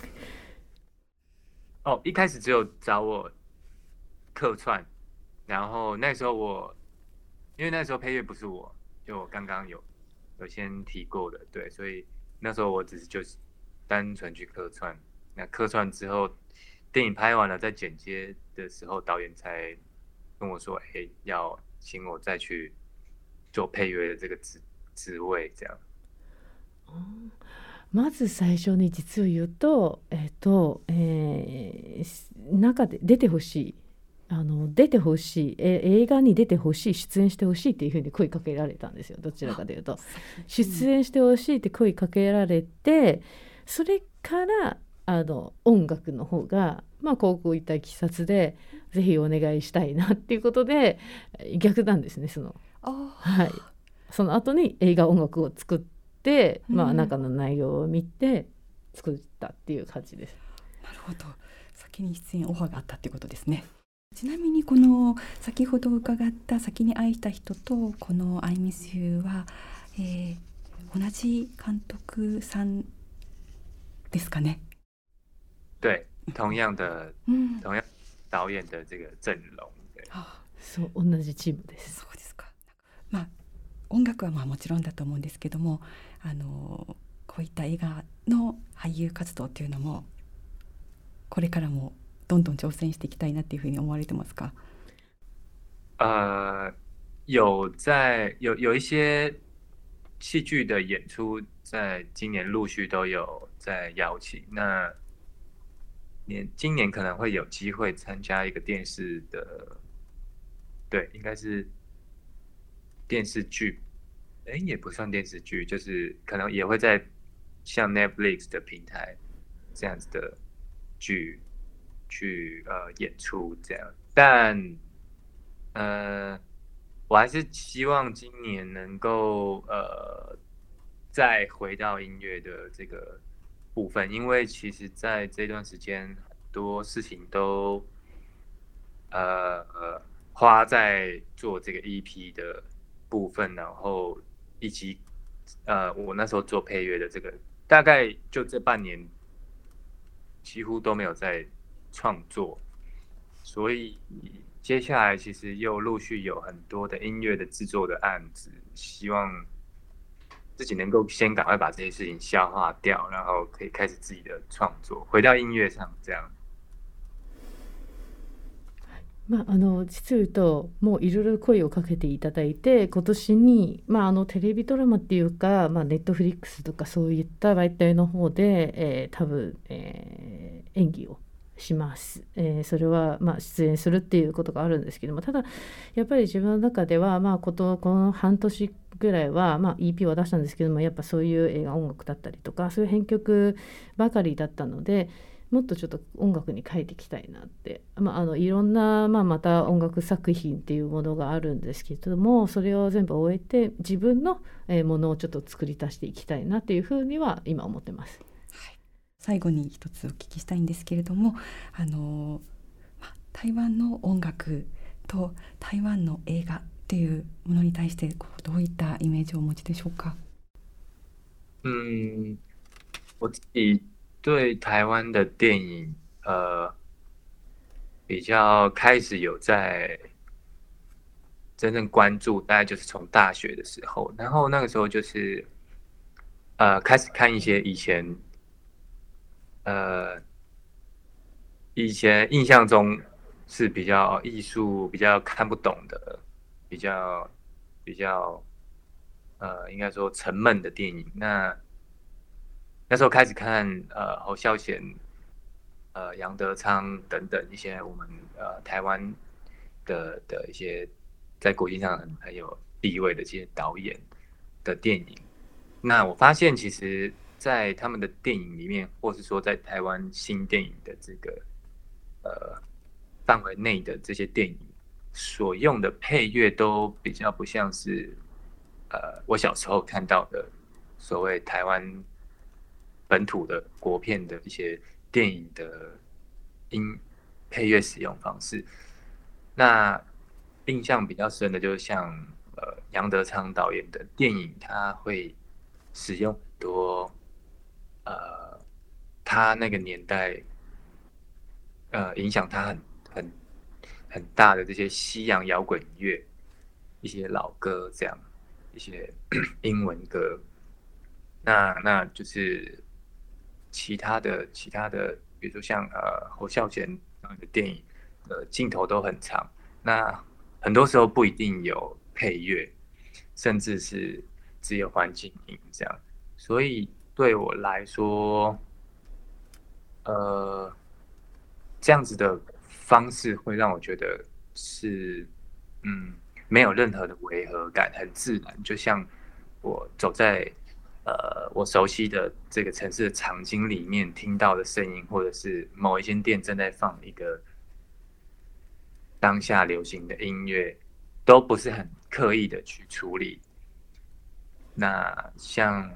一开始只有找我客串，然后那时候因为那时候配乐不是我，就我刚刚有先提过的，对，所以那时候我只是就是单纯去客串。那客串之后，电影拍完了，在剪接的时候，导演才跟我说，要请我再去做配乐的这个职位，这样。 まず最初に実を言うと、中で出てほしい。出てほしい、映画に出てほしい、出演してほしいっていうふうに声かけられたんですよ。どちらかというと出演してほしいって声かけられて、それから音楽の方がこういったいきさつでぜひお願いしたいなっていうことで逆なんですね。その後に映画音楽を作って、中の内容を見て作ったっていう感じです。 なるほど。先に出演オファーがあったっていうことですね。 ちなみにこの先ほど伺った先に会えた人とこの I Miss You は、同じ監督さんですかね。 对，同样的うん、 同样导演的这个阵容。对あ、 そう同じチームです。 そうですか。まあ音楽はもちろんだと思うんですけども、こういった映画の俳優活動というのもこれからもどんどん挑戦していきたいなっていうふうに思われてますか？ 有一些戏剧的演出，在今年陆续都有在邀请。那今年可能会有机会参加一个电视的，对，应该是电视剧，也不算电视剧，就是可能也会在像 Netflix 的平台这样子的剧去演出这样，但我还是希望今年能够再回到音乐的这个部分，因为其实在这段时间很多事情都花在做这个 EP 的部分，然后以及我那时候做配乐的这个，大概就这半年几乎都没有在创作，所以接下来其实又陆续有很多的音乐的制作的案子，希望自己能够先赶快把这些事情消化掉，然后可以开始自己的创作，回到音乐上这样。 実を言うともういろいろ声をかけていただいて、今年に、テレビドラマっていうか、ネットフリックスとかそういった媒体の方で、多分、演技をします。それは、出演するっていうことがあるんですけども、ただやっぱり自分の中では、この半年ぐらいは、EP は出したんですけども、やっぱそういう映画音楽だったりとかそういう編曲ばかりだったので、もっとちょっと音楽に変えていきたいなって、いろんな、また音楽作品っていうものがあるんですけれども、それを全部終えて自分のものをちょっと作り出していきたいなっていうふうには今思ってます。 最後に一つお聞きしたいんですけれども、台湾の音楽と台湾の映画っていうものに対してどういったイメージをお持ちでしょうか？ 我自己对台湾的电影，比较开始有在真正关注，大概就是从大学的时候，然后那个时候就是开始看一些以前印象中是比较艺术、比较看不懂的、比较应该说沉闷的电影。那时候开始看侯孝贤、杨德昌等等一些我们台湾的一些在国际上很有地位的这些导演的电影。那我发现其实在他们的电影里面，或是说在台湾新电影的这个范围内的这些电影所用的配乐都比较不像是我小时候看到的所谓台湾本土的国片的一些电影的配乐使用方式。那印象比较深的就是像杨德昌导演的电影，他会使用很多他那个年代影响他很大的这些西洋摇滚乐，一些老歌这样，一些英文歌。那就是其他的，比如说像侯孝贤的电影镜头都很长，那很多时候不一定有配乐，甚至是只有环境音这样。所以对我来说，这样子的方式会让我觉得是没有任何的违和感，很自然，就像我走在我熟悉的这个城市的场景里面听到的声音，或者是某一间店正在放一个当下流行的音乐，都不是很刻意的去处理。那像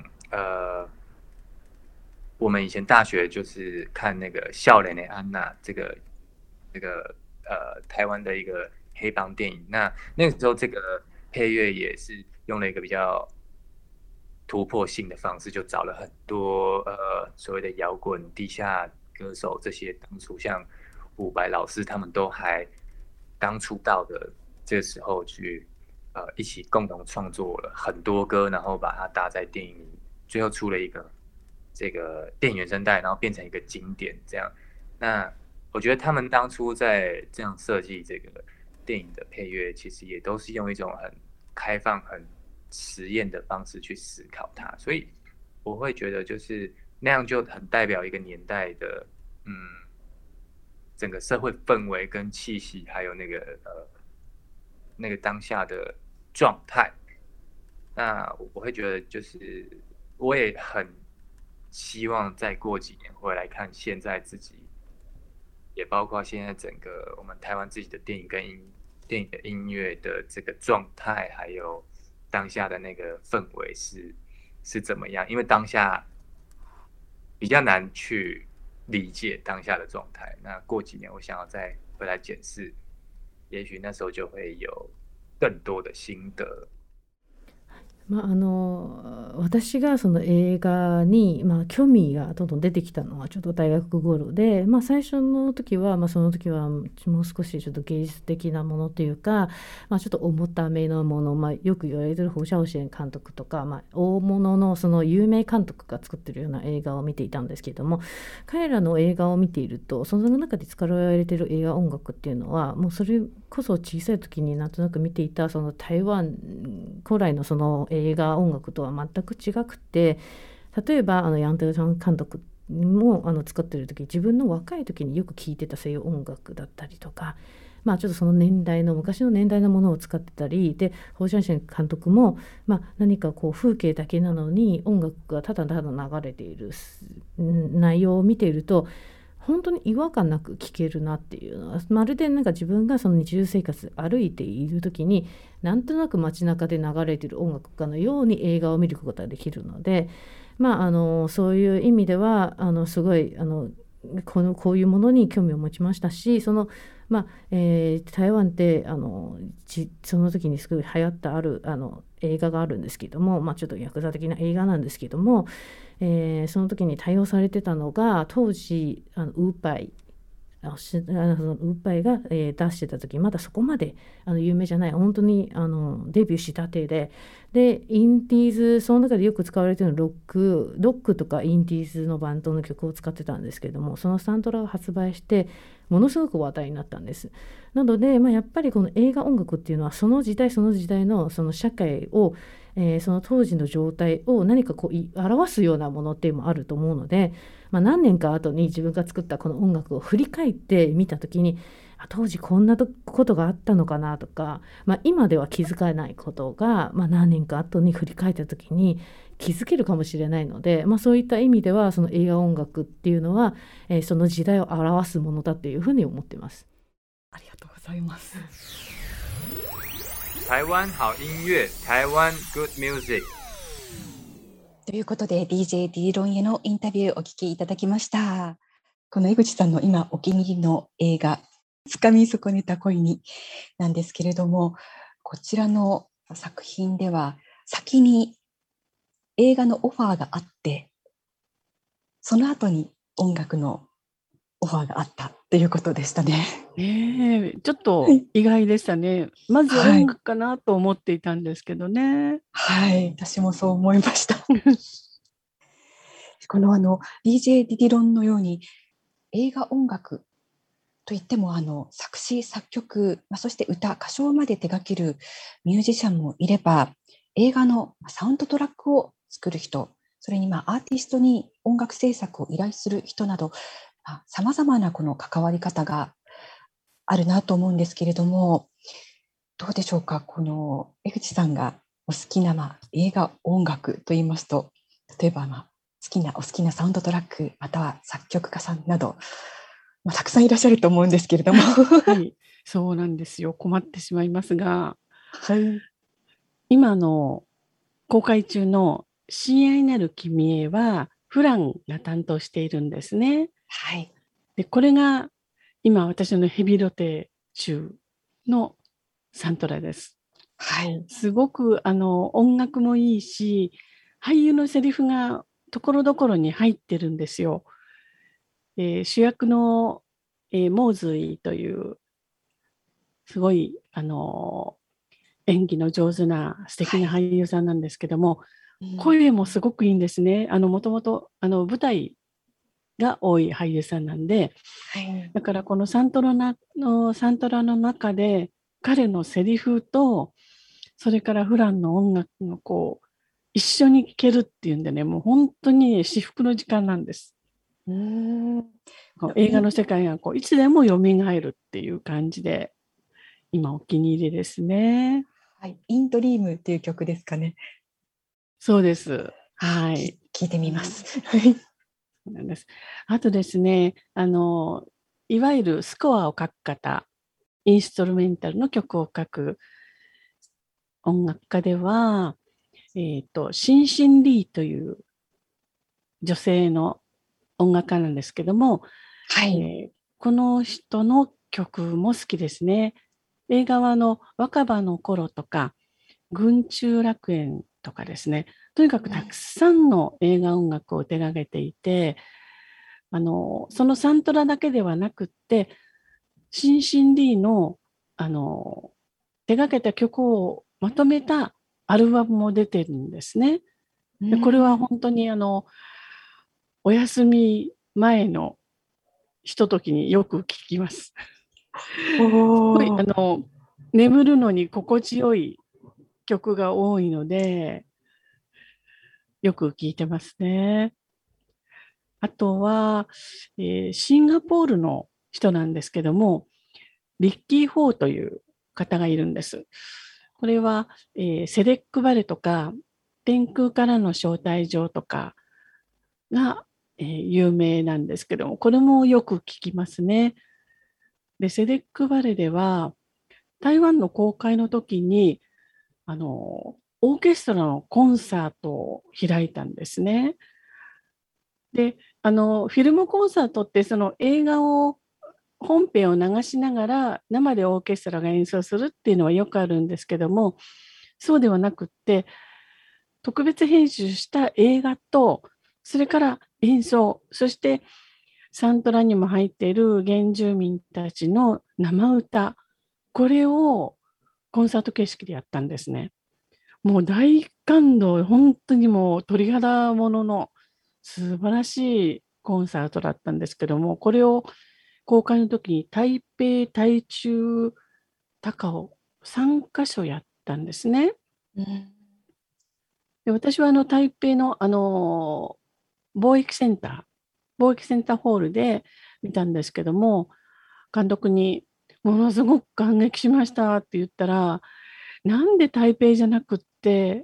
我们以前大学就是看那个《笑脸的安娜》这个台湾的一个黑帮电影。那个时候这个配乐也是用了一个比较突破性的方式，就找了很多所谓的摇滚地下歌手，这些当初像伍佰老师他们都还刚出道的这个时候去一起共同创作了很多歌，然后把它搭在电影里，最后出了一个这个电影原声带，然后变成一个经典这样。那我觉得他们当初在这样设计这个电影的配乐，其实也都是用一种很开放、很实验的方式去思考它，所以我会觉得就是那样就很代表一个年代的整个社会氛围跟气息，还有那个当下的状态。那我会觉得就是我也很希望再过几年回来看现在自己，也包括现在整个我们台湾自己的电影跟电影的音乐的这个状态，还有当下的那个氛围是怎么样？因为当下比较难去理解当下的状态。那过几年我想要再回来检视，也许那时候就会有更多的心得。 私がその映画に、興味がどんどん出てきたのはちょっと大学頃で、最初の時は、その時はもう少しちょっと芸術的なものというか、ちょっと重ためのもの、よく言われてるホウ・シャオシェン監督とか、大物のその有名監督が作ってるような映画を見ていたんですけれども、彼らの映画を見ていると、その中で使われている映画音楽っていうのはもうそれこそ小さい時になんとなく見ていたその台湾古来のその映画音楽とは全く違くて、例えばヤン・テルチャン監督も作ってる時、自分の若い時によく聴いてた西洋音楽だったりとか、ちょっとその年代の昔の年代のものを使ってたりで、ホウ・シャオシェン監督も、何かこう風景だけなのに音楽がただただ流れている内容を見ていると、本当に違和感なく聴けるなっていうのは、まるでなんか自分がその日常生活歩いている時になんとなく街中で流れている音楽家のように映画を見ることができるので、そういう意味ではすごいこういうものに興味を持ちましたし、台湾ってその時にすごい流行った映画があるんですけども、ちょっとヤクザ的な映画なんですけども、その時に対応されてたのが、当時ウーパイウーパイが、出してた時、まだそこまで有名じゃない、本当にデビューしたてで、インディーズ、その中でよく使われているのはロックとかインディーズのバンドの曲を使ってたんですけれども、そのサントラを発売してものすごく話題になったんです。なので、やっぱりこの映画音楽っていうのはその時代その時代のその社会を、その当時の状態を何かこう表すようなものっていうのもあると思うので、何年か後に自分が作ったこの音楽を振り返ってみたときに、当時こんなことがあったのかなとか、今では気づかないことが、何年か後に振り返ったときに気づけるかもしれないので、そういった意味ではその映画音楽っていうのは、その時代を表すものだっていうふうに思っています。 ありがとうございます。 台湾好音乐、台湾 good music。 ということで DJ ディロンへのインタビューをお聞きいただきました。この江口さんの今お気に入りの映画、つかみ損ねた恋になんですけれども、こちらの作品では先に映画のオファーがあって、その後に音楽のオファーがあったということでしたね。 ちょっと意外でしたね。まず音楽かなと思っていたんですけどね。 はい、私もそう思いました。このDJ ディディロンのように映画音楽といっても作詞作曲、そして歌歌唱まで手掛けるミュージシャンもいれば、映画のサウンドトラックを作る人、それにアーティストに音楽制作を依頼する人など、さまざまなこの関わり方があるなと思うんですけれども、どうでしょうか。この江口さんがお好きな映画音楽といいますと、例えばお好きなサウンドトラック、または作曲家さんなど、たくさんいらっしゃると思うんですけれどもはい、そうなんですよ。困ってしまいますが、今の公開中の親愛なる君へはフランが担当しているんですね。 はい。 で、これが今私のヘビロテ中のサントラです。 はい。 すごく音楽もいいし、俳優のセリフがところどころに入ってるんですよ。主役の、モーズイというすごい演技の上手な素敵な俳優さんなんですけども、声もすごくいいんですね。もともと舞台が多い俳優さんなんで、だからこのサントラの中で彼のセリフとそれから普段の音楽の一緒に聴けるっていうんでね、もう本当に至福の時間なんです。映画の世界がいつでも蘇るっていう感じで今お気に入りですね。 はい、インドリームっていう曲ですかね。 そうです。はい。 聞いてみます。 そうなんです。あとですね、いわゆるスコアを書く方、インストルメンタルの曲を書く音楽家では、シンシン・リーという女性の音楽家なんですけども、 はい、 この人の曲も好きですね。映画は若葉の頃とか、群中楽園とかですね、とにかくたくさんの映画音楽を手がけていて、そのサントラだけではなくって、シンシン・リーの、手がけた曲をまとめたアルバムも出てるんですね。でこれは本当にお休み前のひとときによく聴きます。すごい眠るのに心地よい曲が多いのでよく聴いてますね。あとは、シンガポールの人なんですけども、リッキー・フォーという方がいるんです。これは、セレック・バレとか天空からの招待状とかが、有名なんですけども、これもよく聞きますね。で、セレック・バレでは台湾の公開の時にオーケストラのコンサートを開いたんですね。で、フィルムコンサートってその映画を本編を流しながら生でオーケストラが演奏するっていうのはよくあるんですけども、そうではなくって特別編集した映画とそれから演奏、そしてサントラにも入っている原住民たちの生歌、これをコンサート形式でやったんですね。もう大感動、本当にもう鳥肌ものの素晴らしいコンサートだったんですけども、これを公開の時に台北、台中、高雄3カ所やったんですね。で私は台北の貿易センターホールで見たんですけども、監督にものすごく感激しましたって言ったら、なんで台北じゃなくって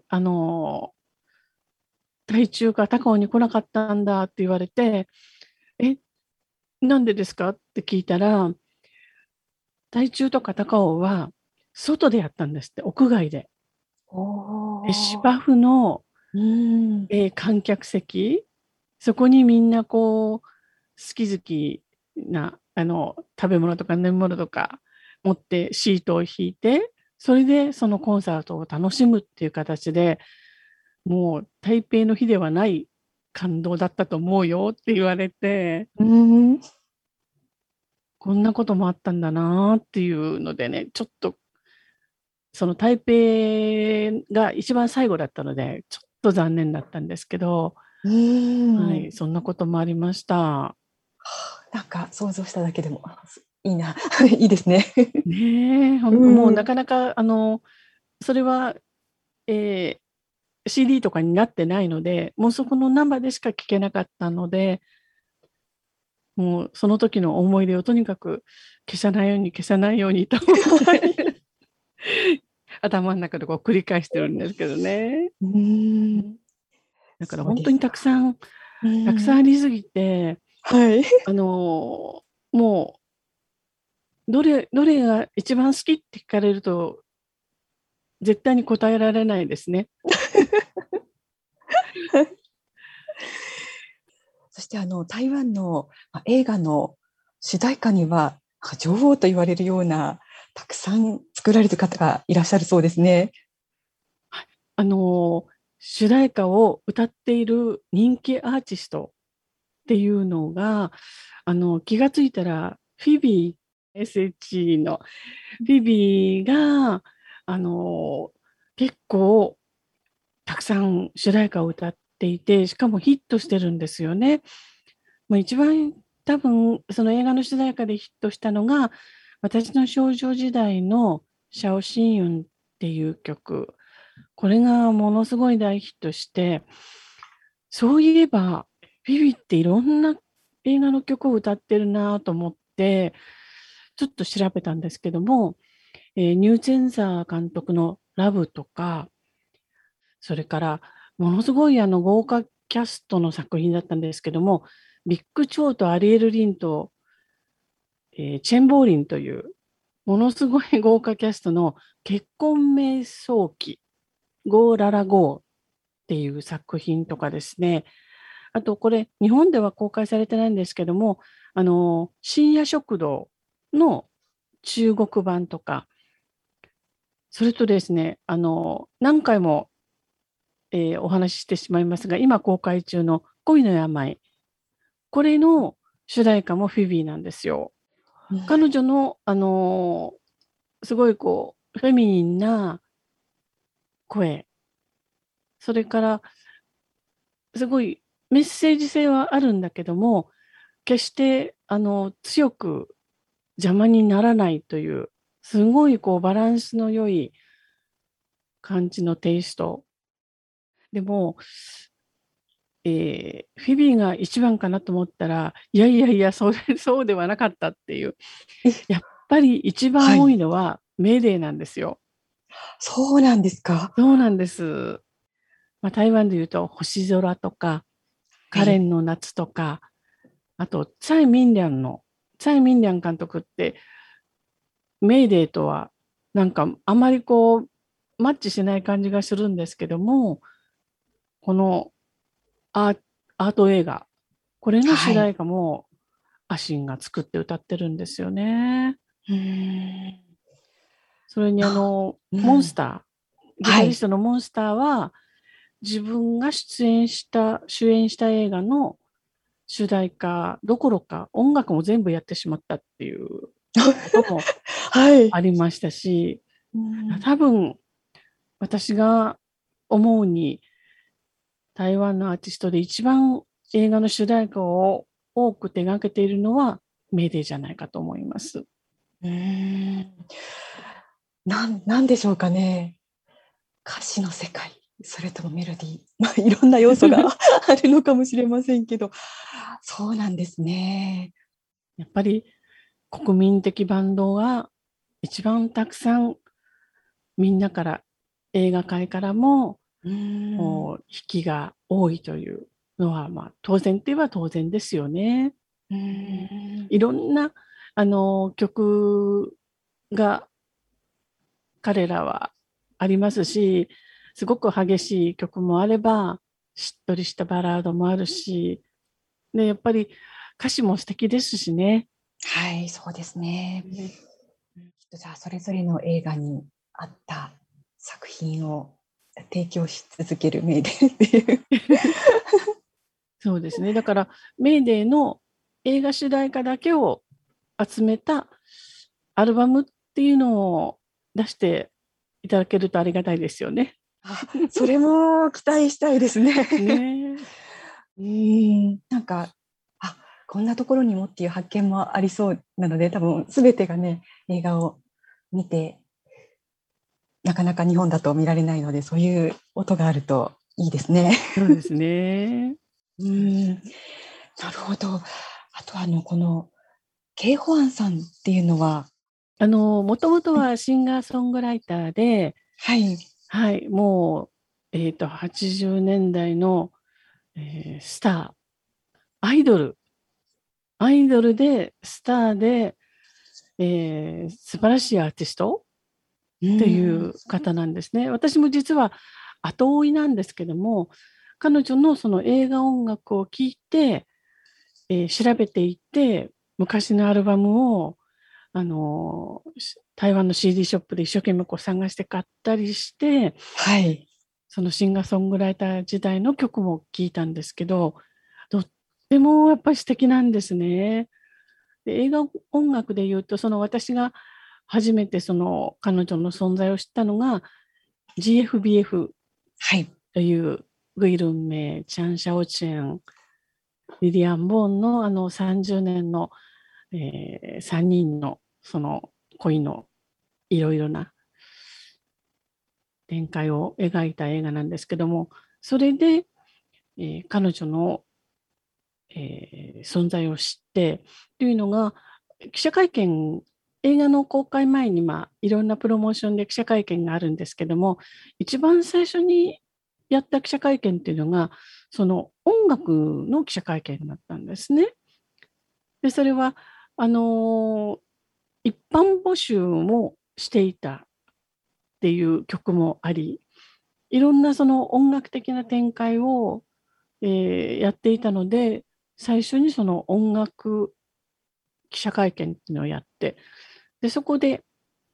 台中か高雄に来なかったんだって言われて、なんでですかって聞いたら、台中とか高雄は外でやったんですって、屋外で。芝生の、観客席、そこにみんな好き好きな食べ物とか飲み物とか持ってシートを引いて、それでそのコンサートを楽しむっていう形で、もう台北の日ではない感動だったと思うよって言われて、こんなこともあったんだなっていうのでね、ちょっとその台北が一番最後だったのでちょっと残念だったんですけど、はい、そんなこともありました。 なんか想像しただけでもいいな、いいですね。 ねえ、もうなかなかそれは、CD とかになってないので、もうそこの生でしか聴けなかったので、もうその時の思い出をとにかく消さないようにと頭の中で繰り返してるんですけどね。だから本当にたくさんありすぎて、もうどれが一番好きって聞かれると絶対に答えられないですね。 そして台湾の映画の主題歌には女王と言われるようなたくさん作られる方がいらっしゃるそうですね。 主題歌を歌っている人気アーティストっていうのが気がついたらフィビー SH のフィビーが結構たくさん主題歌を歌っていて、しかもヒットしてるんですよね。一番多分その映画の主題歌でヒットしたのが私の少女時代のシャオシンユンっていう曲、これがものすごい大ヒットして、そういえばビビっていろんな映画の曲を歌ってるなと思ってちょっと調べたんですけども、ニューチェンザー監督のラブとか、それからものすごい豪華キャストの作品だったんですけども、ビッグ・チョウとアリエル・リンと、チェン・ボーリンというものすごい豪華キャストの結婚瞑想記ゴーララゴーっていう作品とかですね、あとこれ日本では公開されてないんですけども、深夜食堂の中国版とか、それとですね、何回も、お話ししてしまいますが、今公開中の恋の病、これの主題歌もフィビーなんですよ。彼女の、すごいこうフェミニンな声、それからすごいメッセージ性はあるんだけども、決して強く邪魔にならないという、すごいこうバランスの良い感じのテイスト。でも、フィビーが一番かなと思ったら、いやいやいや、そうではなかったっていう。やっぱり一番多いのはメーデーなんですよ。 そうなんですか。 そうなんです。台湾でいうと星空とか、カレンの夏とか、あとツァイ・ミンリャン監督ってメイデーとはなんかあまりこうマッチしない感じがするんですけども、このアート映画、これの主題歌もアシンが作って歌ってるんですよね。それにモンスター、ギタリストのモンスターは、自分が主演した映画の主題歌どころか音楽も全部やってしまったっていうこともありましたし、多分私が思うに台湾のアーティストで一番映画の主題歌を多く手がけているのはメイデーじゃないかと思います。 なんでしょうかね。歌詞の世界、それともメロディー、いろんな要素があるのかもしれませんけど、そうなんですね。 やっぱり国民的バンドが一番たくさんみんなから映画界からも引きが多いというのは、当然って言えば当然ですよね。いろんな曲が彼らはありますし、すごく激しい曲もあればしっとりしたバラードもあるし、やっぱり歌詞も素敵ですしね。 はい、そうですね。じゃあそれぞれの映画に合った作品を提供し続けるメイデーっていうそうですね。だからメイデーの映画主題歌だけを集めたアルバムっていうのを出していただけるとありがたいですよね。 それも期待したいですね。なんかこんなところにもっていう発見もありそうなので、多分全てがね、映画を見てなかなか日本だと見られないので、そういう音があるといいですね。 そうですね。 なるほど。あとこのケイホアンさんっていうのはもともとはシンガーソングライターで、もう、80年代の、スター、アイドルでスターで、素晴らしいアーティストっていう方なんですね。私も実は後追いなんですけども、彼女のその映画音楽を聴いて、調べていって昔のアルバムを台湾の CD ショップで一生懸命こう探して買ったりして、 はい。 そのシンガーソングライター時代の曲も聴いたんですけど、とってもやっぱり素敵なんですね。で、映画音楽で言うと、その私が初めてその彼女の存在を知ったのが GFBF はい。 というグイルンメイ、チャン・シャオチェン、リリアン・ボーンの30年の、3人のその恋のいろいろな展開を描いた映画なんですけども、それで、彼女の、存在を知ってというのが、記者会見、映画の公開前に、いろんなプロモーションで記者会見があるんですけども、一番最初にやった記者会見っていうのが、その音楽の記者会見だったんですね。で、それは、一般募集もしていたっていう曲もあり、いろんなその音楽的な展開を、やっていたので、最初にその音楽記者会見っていうのをやって、で、そこで、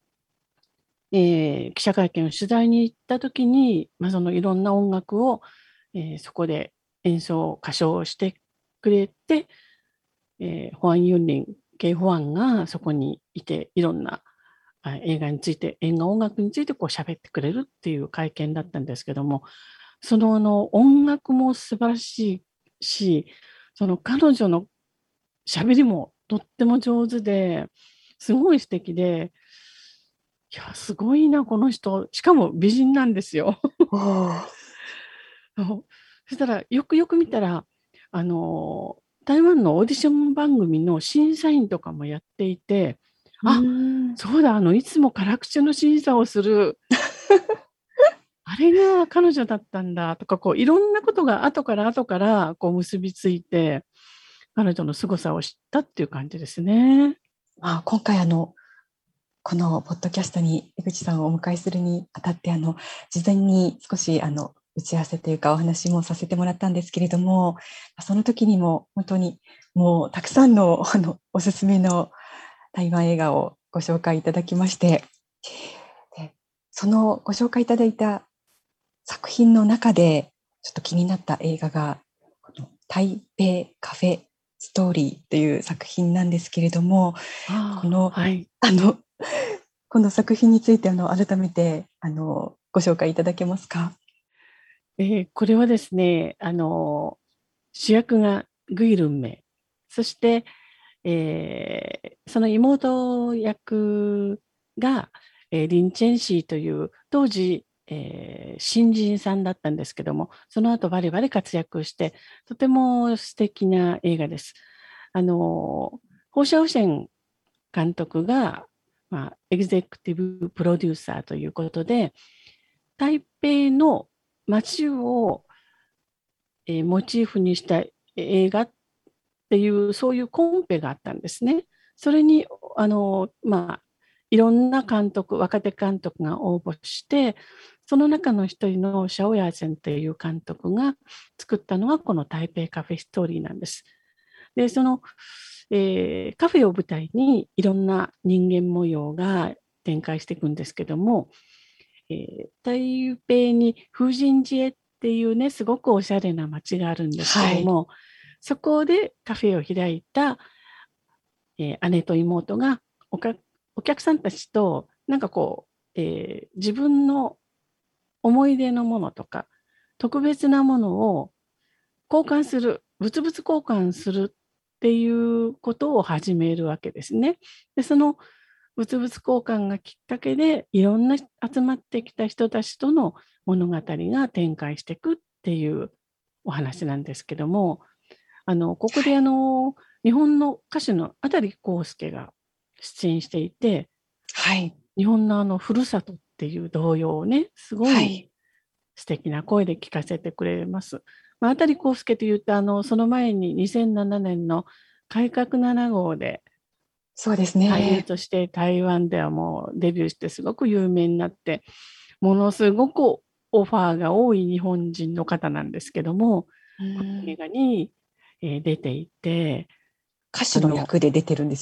記者会見を取材に行った時に、そのいろんな音楽を、そこで演奏、歌唱をしてくれて、ホアン・ユンリン、ケイ・ホアンがそこにいて、いろんな映画について、映画音楽についてこう喋ってくれるっていう会見だったんですけども、その音楽も素晴らしいし、その彼女の喋りもとっても上手で、すごい素敵で、いや、すごいな、この人。しかも美人なんですよ。 おー。 そしたら、よくよく見たら、台湾のオーディション番組の審査員とかもやっていて、そうだ、いつも辛口の審査をする、あれが彼女だったんだとか、こういろんなことが後からこう結びついて、彼女の凄さを知ったっていう感じですね。 今回このポッドキャストに江口さんをお迎えするにあたって、事前に少し打ち合わせというかお話もさせてもらったんですけれども、その時にも本当にもうたくさんのおすすめの台湾映画をご紹介いただきまして、でそのご紹介いただいた作品の中でちょっと気になった映画がこの台北カフェストーリーという作品なんですけれども、 はい、 この作品について改めてご紹介いただけますか？ これはですね、主役がグイルンメイ、そして、その妹役が、リン・チェンシーという当時、新人さんだったんですけども、その後バリバリ活躍して、とても素敵な映画です。ホー・シャオシェン監督が、エグゼクティブプロデューサーということで、台北の街を、モチーフにした映画っていう、そういうコンペがあったんですね。それにいろんな監督、若手監督が応募して、その中の一人のシャオヤーセンという監督が作ったのがこの台北カフェストーリーなんです。で、その、カフェを舞台にいろんな人間模様が展開していくんですけども、台北に風神寺へっていうね、すごくおしゃれな街があるんですけども、そこでカフェを開いた、姉と妹がお客さんたちとなんかこう、自分の思い出のものとか特別なものを交換する、物々交換するっていうことを始めるわけですね。で、その物々交換がきっかけでいろんな集まってきた人たちとの物語が展開していくっていうお話なんですけども、ここで日本の歌手の辺康介が出演していて、 はい、 日本のふるさとっていう童謡をね、すごい素敵な声で聞かせてくれます。辺康介というとその前に2007年の改革7号でそうですね、 俳優として台湾ではもうデビューしてすごく有名になって、ものすごくオファーが多い日本人の方なんですけども、この映画に出ていて、 歌手の役で出てるんですよね。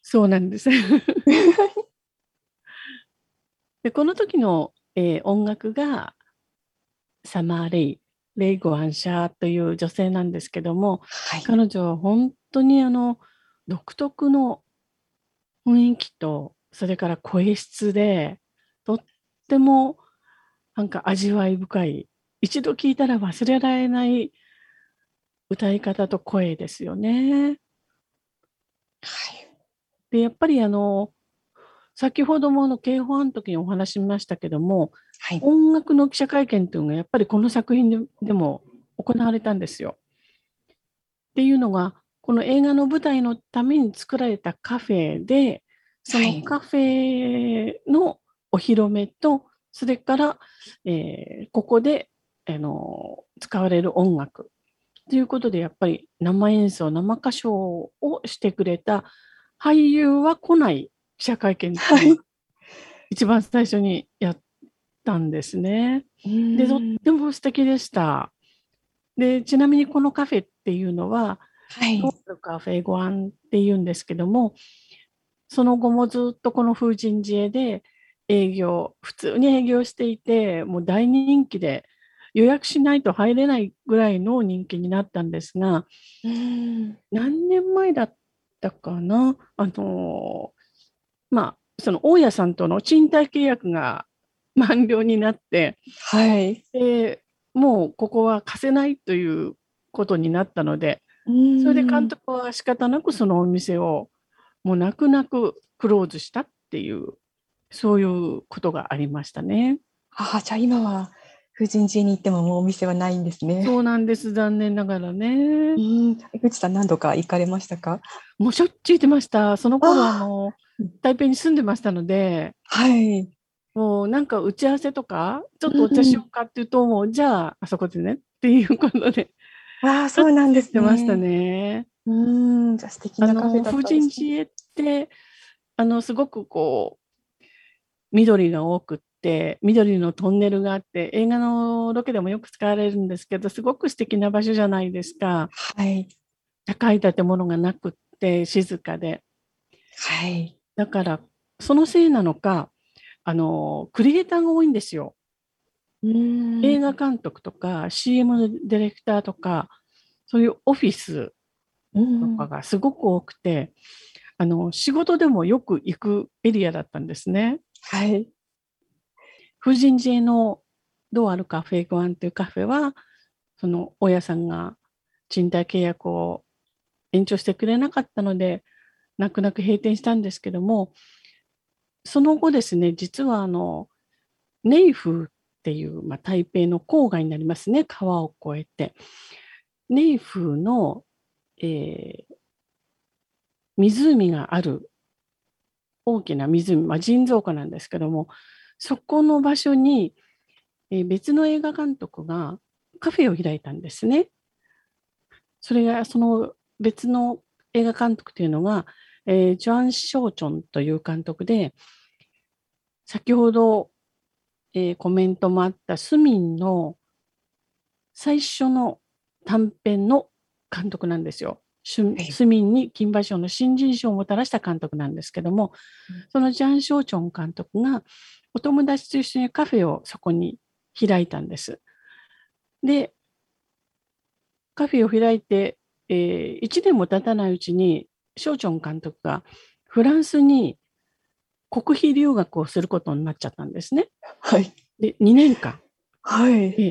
そうなんです。で、この時の、音楽がサマー・レイ・ゴアンシャーという女性なんですけども、 はい。 彼女は本当に独特の雰囲気と、それから声質で、とってもなんか味わい深い、一度聞いたら忘れられない歌い方と声ですよね。 はい。 で、やっぱり先ほども警報の時にお話しましたけども、 はい。 音楽の記者会見というのがやっぱりこの作品でも行われたんですよ。っていうのが、この映画の舞台のために作られたカフェで、そのカフェのお披露目と、それから、ここで、使われる音楽ということで、やっぱり生演奏、生歌唱をしてくれた俳優は来ない記者会見っていうのを一番最初にやったんですね。で、とっても素敵でした。で、ちなみにこのカフェっていうのは、 はい。 カフェゴアンっていうんですけども、その後もずっとこの風神寺へで普通に営業していて、もう大人気で、予約しないと入れないぐらいの人気になったんですが、何年前だったかな、その大家さんとの賃貸契約が満了になって、 はい。 もうここは貸せないということになったので、それで監督は仕方なくそのお店をもう泣く泣くクローズしたっていう、そういうことがありましたね。 じゃあ今は風神寺に行ってももうお店はないんですね。 そうなんです、残念ながらね。 江口さん何度か行かれましたか？ もうしょっちゅう行ってました。その頃台北に住んでましたので、 はい。 もうなんか打ち合わせとか、ちょっとお茶しようかっていうと、もうじゃああそこでねっていうことで、 そうなんです行ってましたね。 ね。 じゃあ素敵なカフェだった風んですね。 神寺へって、すごく緑が多くって、緑のトンネルがあって、映画のロケでもよく使われるんですけど、すごく素敵な場所じゃないですか。 はい。 高い建物がなくって静かで。 はい。 だから、そのせいなのか、クリエイターが多いんですよ。映画監督とか CM のディレクターとか、そういうオフィスとかがすごく多くて、仕事でもよく行くエリアだったんですね。 はい。 風神寺のドアルカフェゴアンというカフェは、その大家さんが賃貸契約を延長してくれなかったので、泣く泣く閉店したんですけども、その後ですね、実はネイフーっていう、台北の郊外になりますね、川を越えて。ネイフーの、湖がある大きな湖、人造湖なんですけども、そこの場所に、別の映画監督がカフェを開いたんですね。それがその別の映画監督というのが、ジョアン・ショーチョンという監督で、先ほど、コメントもあったスミンの最初の短編の監督なんですよ。スミンに金馬賞の新人賞をもたらした監督なんですけども、そのジャン・ショーチョン監督がお友達と一緒にカフェをそこに開いたんです。で、カフェを開いて、1年も経たないうちにショーチョン監督がフランスに国費留学をすることになっちゃったんですね。 はい。 で、2年間。 はい。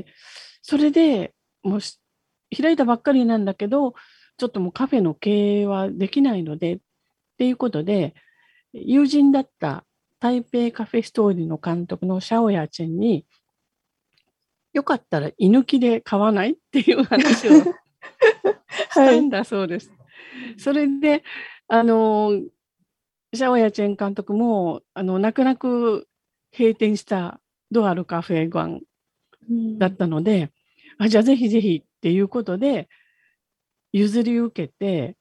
それでもう開いたばっかりなんだけど、ちょっともうカフェの経営はできないのでっていうことで、友人だった台北カフェストーリーの監督のシャオヤチェンに、よかったら居抜きで買わないっていう話をしたんだそうです。それで、シャオヤチェン監督も、泣く泣く閉店したドアルカフェゴアンだったので、じゃあぜひぜひっていうことで、譲り受けて、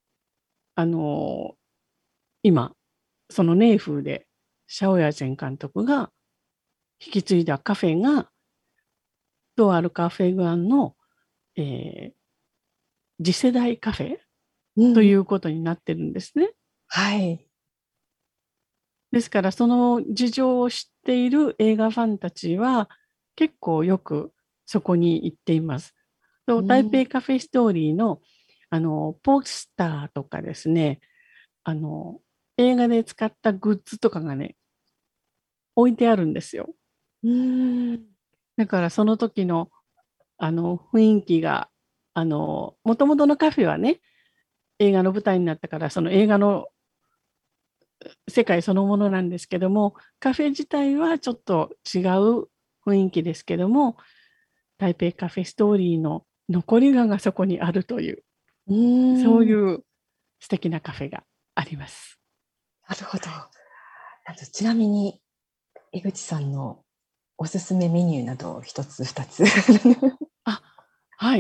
今、そのネイフーでシャオヤチェン監督が引き継いだカフェが、ドアルカフェゴアンの、次世代カフェということになってるんですね。 はい。 ですからその事情を知っている映画ファンたちは結構よくそこに行っています。台北カフェストーリーのポスターとかですね、映画で使ったグッズとかがね、置いてあるんですよ。だからその時の雰囲気が、もともとのカフェはね、映画の舞台になったから、その映画の世界そのものなんですけども、カフェ自体はちょっと違う雰囲気ですけども、台北カフェストーリーの残りがそこにあるという、そういう素敵なカフェがあります。 なるほど。ちなみに江口さんのおすすめメニューなど一つ二つはい。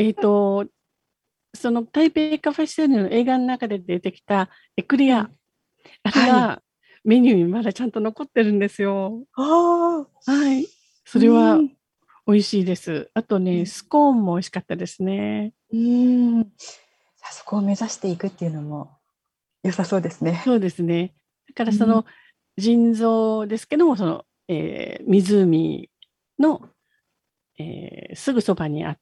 その台北カフェストーリーの映画の中で出てきたエクレア、あれがメニューにまだちゃんと残ってるんですよ。はい。それは美味しいです。あとね、スコーンも美味しかったですね。 そこを目指していくっていうのも良さそうですね。 そうですね。だからその腎臓ですけども、その、湖の、すぐそばにあって、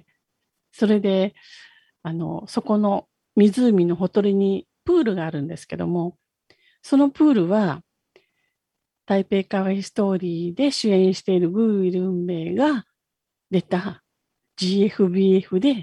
それでそこの湖のほとりにプールがあるんですけども、そのプールは台北カフェストーリーで主演しているグーウィル運命が出た GFBF で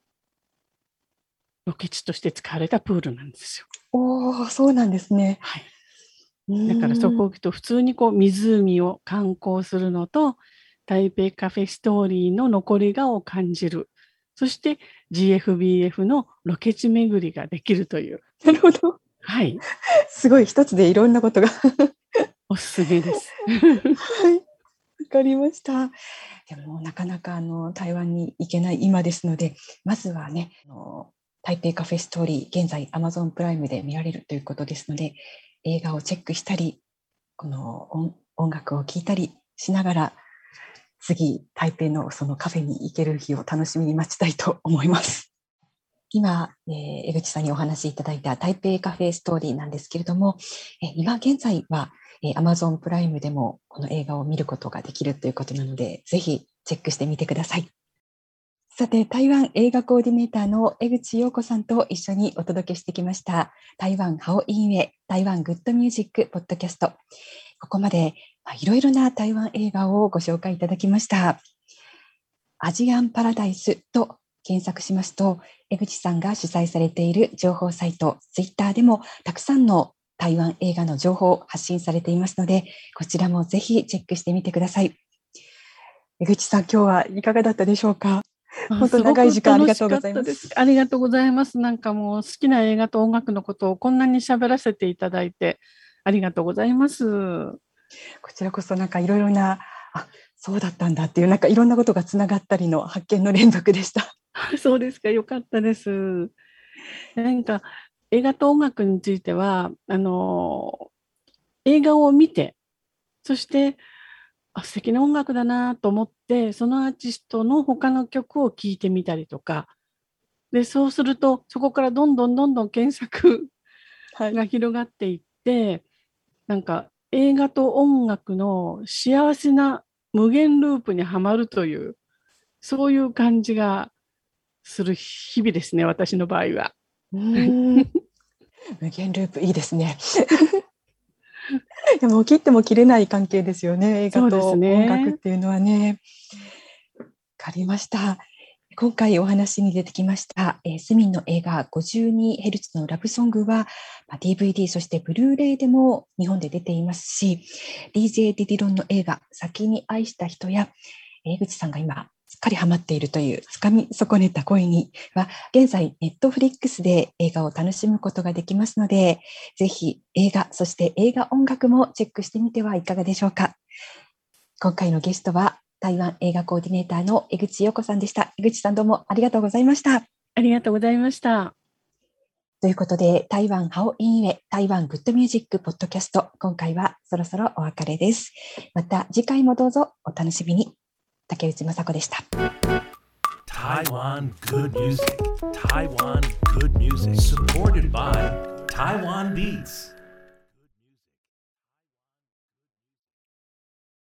ロケ地として使われたプールなんですよ。 そうなんですね。 はい。だからそこを行くと普通にこう湖を観光するのと台北カフェストーリーの残りがを感じる。そして GFBF のロケ地巡りができるという。 なるほど。 はい。 すごい一つでいろんなことがおすすめです。 はい。わかりました。でもなかなか台湾に行けない今ですので、まずはね、台北カフェストーリー、現在 Amazon プライムで見られるということですので、映画をチェックしたり、この音楽を聴いたりしながら、次、台北のそのカフェに行ける日を楽しみに待ちたいと思います。今、江口さんにお話しいただいた台北カフェストーリーなんですけれども、今現在は、Amazon プライムでもこの映画を見ることができるということなので、ぜひチェックしてみてください。さて、台湾映画コーディネーターの江口陽子さんと一緒にお届けしてきました台湾ハオインウェイ台湾グッドミュージックポッドキャスト。ここまでいろいろな台湾映画をご紹介いただきました。アジアンパラダイスと検索しますと、江口さんが主催されている情報サイト、ツイッターでもたくさんの台湾映画の情報を発信されていますので、こちらもぜひチェックしてみてください。江口さん、今日はいかがだったでしょうか？本当長い時間ありがとうございます。 ありがとうございます。なんかもう好きな映画と音楽のことをこんなに喋らせていただいてありがとうございます。 こちらこそなんかいろいろな、そうだったんだっていうなんかいろんなことがつながったりの発見の連続でした。 そうですか、よかったです。なんか映画と音楽については映画を見て、そして素敵な音楽だなと思って、そのアーティストの他の曲を聴いてみたりとか、でそうするとそこからどんどん検索が広がっていって、なんか映画と音楽の幸せな無限ループにはまるという、そういう感じがする日々ですね、私の場合は。 無限ループいいですね。でも切っても切れない関係ですよね、映画と音楽っていうのはね。わかりました。今回お話に出てきましたスミンの映画 52Hz のラブソングは DVD そしてブルーレイでも日本で出ていますし、 DJ ディディロンの映画先に愛した人や江口さんが今すっかりハマっているというつかみ損ねた恋には現在ネットフリックスで映画を楽しむことができますので、ぜひ映画そして映画音楽もチェックしてみてはいかがでしょうか。今回のゲストは台湾映画コーディネーターの江口陽子さんでした。江口さん、どうもありがとうございました。 ありがとうございました。 ということで、台湾ハオインウェイ台湾グッドミュージックポッドキャスト、今回はそろそろお別れです。また次回もどうぞお楽しみに。竹内雅子でした。 Taiwan Good Music Taiwan Good Music Supported by Taiwan Beats.